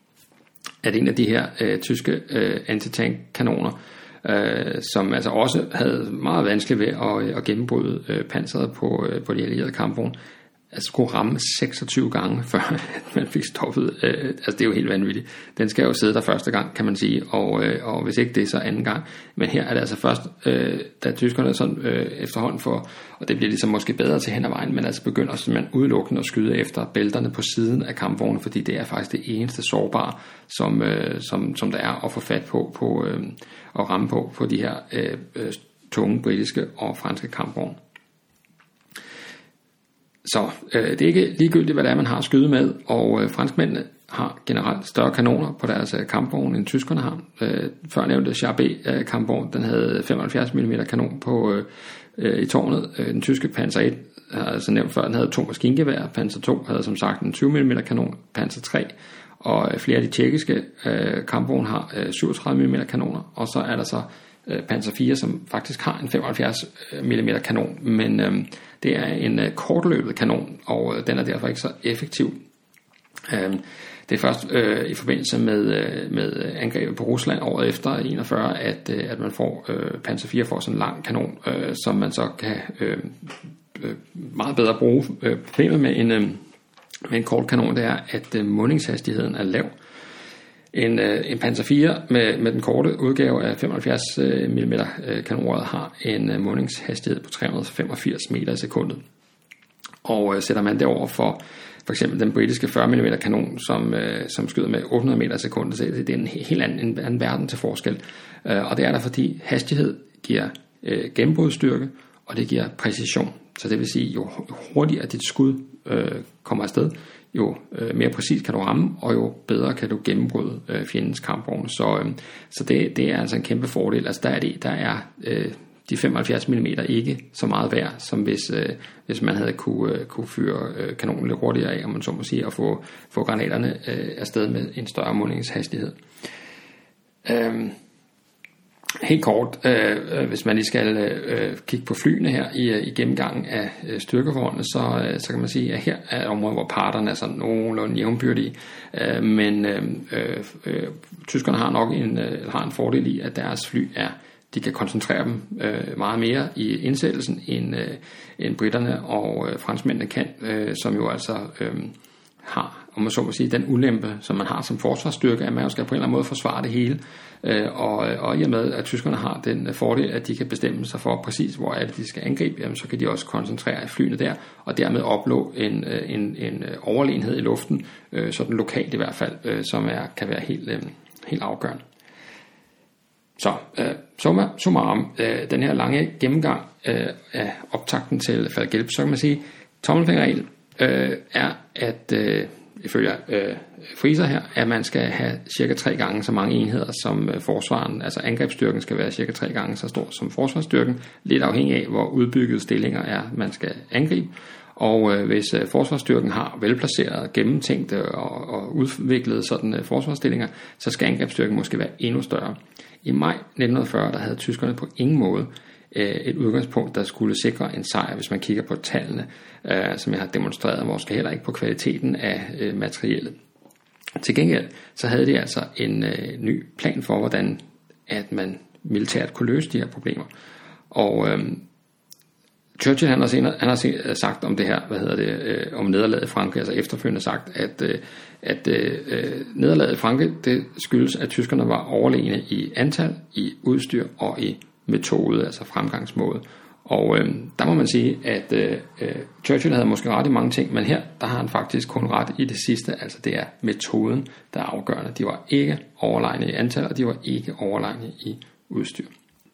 at en af de her øh, tyske øh, antitankanoner, øh, som altså også havde meget vanskeligt ved at, at gennembryde øh, panseret på, øh, på de allierede kampvogne, altså skulle ramme seksogtyve gange, før man fik stoppet. Øh, altså det er jo helt vanvittigt. Den skal jo sidde der første gang, kan man sige, og, øh, og hvis ikke det, så anden gang. Men her er det altså først, øh, da tyskerne sådan øh, efterhånden for, og det bliver ligesom måske bedre til hen ad vejen, men altså begynder simpelthen udelukkende at skyde efter bælterne på siden af kampvognen, fordi det er faktisk det eneste sårbare, som, øh, som, som der er at få fat på, på øh, og ramme på, på de her øh, øh, tunge britiske og franske kampvogne. Så øh, det er ikke ligegyldigt, hvad det er, man har at skyde med, og øh, franskmændene har generelt større kanoner på deres øh, kampvogne, end tyskerne har. Øh, før nævnte Char B øh, kampvogn, den havde femoghalvfjerds millimeter kanon på, øh, øh, i tårnet. Øh, den tyske Panzer et, altså nævnt før, den havde to maskingevær. Panzer to havde som sagt en tyve millimeter kanon, Panzer tre, og øh, flere af de tjekkiske øh, kampvogne har øh, syvogtredive millimeter kanoner, og så er der så øh, Panzer fire, som faktisk har en femoghalvfjerds millimeter kanon, men øh, det er en øh, kortløbet kanon, og øh, den er derfor ikke så effektiv. Øh, det er først øh, i forbindelse med, øh, med angrebet på Rusland året efter enogfyrre, at, øh, at man får øh, Panzer fire får sådan en lang kanon, øh, som man så kan øh, øh, meget bedre bruge. Øh, problemet med en, øh, med en kort kanon, det er, at øh, mundingshastigheden er lav. En, øh, en Panzer fire med, med den korte udgave af femoghalvfjerds millimeter øh, kanonrøret har en øh, mundingshastighed på tre hundrede og femogfirs meter i sekundet. Og øh, sætter man det over for for eksempel den britiske fyrre millimeter kanon, som, øh, som skyder med otte hundrede meter i sekundet, så det, det er en helt anden, en anden verden til forskel. Øh, og det er der, fordi hastighed giver øh, gennembrudsstyrke, og det giver præcision. Så det vil sige, jo hurtigere dit skud øh, kommer afsted, jo øh, mere præcis kan du ramme, og jo bedre kan du gennembryde øh, fjendens kampvogne. Så, øh, så det, det er altså en kæmpe fordel. Altså der er, det, der er øh, de femoghalvfjerds millimeter ikke så meget værd, som hvis, øh, hvis man havde kunne, øh, kunne fyre øh, kanonen lidt hurtigere af, om man så må sige, og få, få granaterne øh, afsted med en større mundingshastighed. Øh, Helt kort, øh, hvis man lige skal øh, kigge på flyene her i, i gennemgangen af øh, styrkeforholdene, så, øh, så kan man sige, at her er et område, hvor parterne er sådan nogenlunde jævnbyrdige, øh, men øh, øh, tyskerne har nok en, øh, har en fordel i, at deres fly er, de kan koncentrere dem øh, meget mere i indsættelsen, end, øh, end britterne og øh, franskmændene kan, øh, som jo altså øh, har, om man så må sige, den ulempe, som man har som forsvarsstyrke, at man jo skal på en eller anden måde forsvare det hele. Og, og i og med, at tyskerne har den fordel, at de kan bestemme sig for præcis, hvor er det, de skal angribe, jamen, så kan de også koncentrere flyene der, og dermed opnå en, en, en overlegenhed i luften, sådan lokalt i hvert fald, som er, kan være helt, helt afgørende. Så, summa summarum, den her lange gennemgang af optakten til Fall Gelb, så kan man sige, tommelfingerregel er, at ifølge øh, Frieser her, at man skal have cirka tre gange så mange enheder som øh, forsvaren, altså angrebsstyrken skal være cirka tre gange så stor som forsvarsstyrken, lidt afhængig af, hvor udbyggede stillinger er, man skal angribe. Og øh, hvis øh, forsvarsstyrken har velplacerede, gennemtænkte og, og udviklede sådan øh, forsvarsstillinger, så skal angrebsstyrken måske være endnu større. I maj nitten fyrre, der havde tyskerne på ingen måde et udgangspunkt, der skulle sikre en sejr, hvis man kigger på tallene, øh, som jeg har demonstreret, måske heller ikke på kvaliteten af øh, materiellet. Til gengæld, så havde de altså en øh, ny plan for, hvordan at man militært kunne løse de her problemer. Og øh, Churchill, han har, senere, han har sagt om det her, hvad hedder det, øh, om nederlaget i Frankrig, altså efterfølgende sagt, at, øh, at øh, nederlaget i Frankrig, det skyldes, at tyskerne var overlegne i antal, i udstyr og i metode, altså fremgangsmåde. Og øh, der må man sige, at øh, Churchill havde måske ret i mange ting, men her, der har han faktisk kun ret i det sidste, altså det er metoden, der er afgørende. De var ikke overlegne i antal, og de var ikke overlegne i udstyr.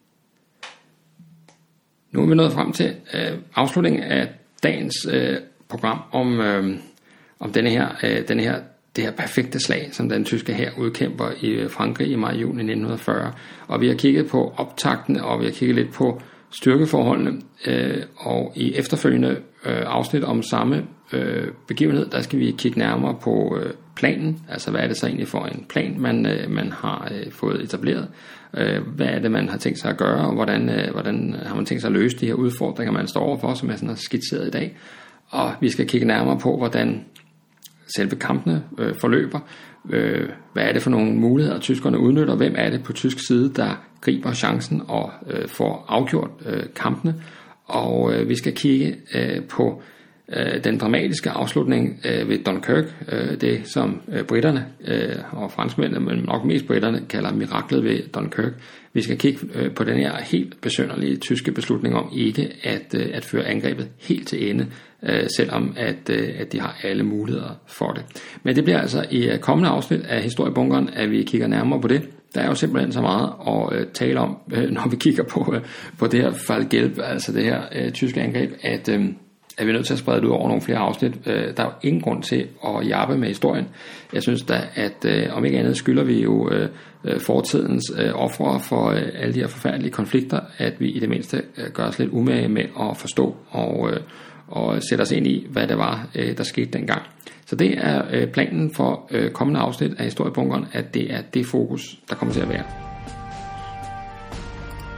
Nu er vi nået frem til øh, afslutningen af dagens øh, program om, øh, om denne her, øh, denne her det her perfekte slag, som den tyske hær udkæmper i Frankrig i maj-juni nitten fyrre. Og vi har kigget på optakten, og vi har kigget lidt på styrkeforholdene, øh, og i efterfølgende øh, afsnit om samme øh, begivenhed, der skal vi kigge nærmere på øh, planen, altså hvad er det så egentlig for en plan, man, øh, man har øh, fået etableret, øh, hvad er det, man har tænkt sig at gøre, og hvordan, øh, hvordan har man tænkt sig at løse de her udfordringer, man står overfor, som jeg sådan har skitseret i dag, og vi skal kigge nærmere på, hvordan selve kampene øh, forløber. Øh, hvad er det for nogle muligheder, tyskerne udnytter? Hvem er det på tysk side, der griber chancen og øh, får afgjort øh, kampene? Og øh, vi skal kigge øh, på øh, den dramatiske afslutning øh, ved Dunkirk, øh, det som øh, britterne øh, og franskmændene, men nok mest britterne, kalder miraklet ved Dunkirk. Vi skal kigge øh, på den her helt besynderlige tyske beslutning om ikke at, øh, at føre angrebet helt til ende, øh, selvom at, øh, at de har alle muligheder for det. Men det bliver altså i kommende afsnit af Historiebunkeren, at vi kigger nærmere på det. Der er jo simpelthen så meget at øh, tale om, øh, når vi kigger på, øh, på det her Fall Gelb, altså det her øh, tyske angreb, at øh, er vi nødt til at sprede det ud over nogle flere afsnit. Der er jo ingen grund til at jappe med historien. Jeg synes da, at øh, om ikke andet skylder vi jo øh, fortidens øh, ofre for øh, alle de her forfærdelige konflikter, at vi i det mindste øh, gør os lidt umage med at forstå og, øh, og sætte os ind i, hvad det var, øh, der skete dengang. Så det er øh, planen for øh, kommende afsnit af Historiebunkeren, at det er det fokus, der kommer til at være.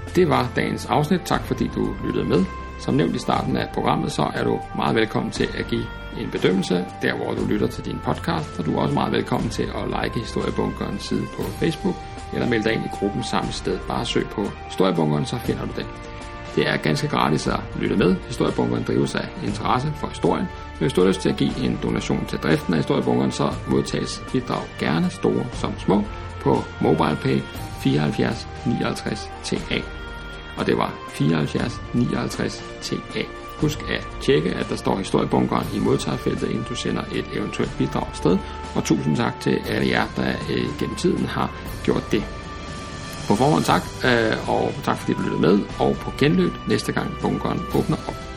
Det var dagens afsnit. Tak fordi du lyttede med. Som nævnt i starten af programmet, så er du meget velkommen til at give en bedømmelse, der hvor du lytter til din podcast, og du er også meget velkommen til at like Historiebunkerens side på Facebook, eller melde dig ind i gruppen samme sted. Bare søg på Historiebunkeren, så finder du det. Det er ganske gratis at lytte med. Historiebunkeren drives af interesse for historien. Men hvis du har lyst til at give en donation til driften af Historiebunkeren, så modtages bidrag gerne, store som små, på MobilePay fireoghalvfjerds nioghalvtreds T A. Og det var fireoghalvfjerds nioghalvtreds T A. Husk at tjekke, at der står Historiebunkeren i modtagerfeltet, inden du sender et eventuelt bidrag afsted. Og tusind tak til alle jer, der øh, gennem tiden har gjort det. På forhånd tak, øh, og tak fordi du lyttede med, og på genløb næste gang bunkeren åbner op.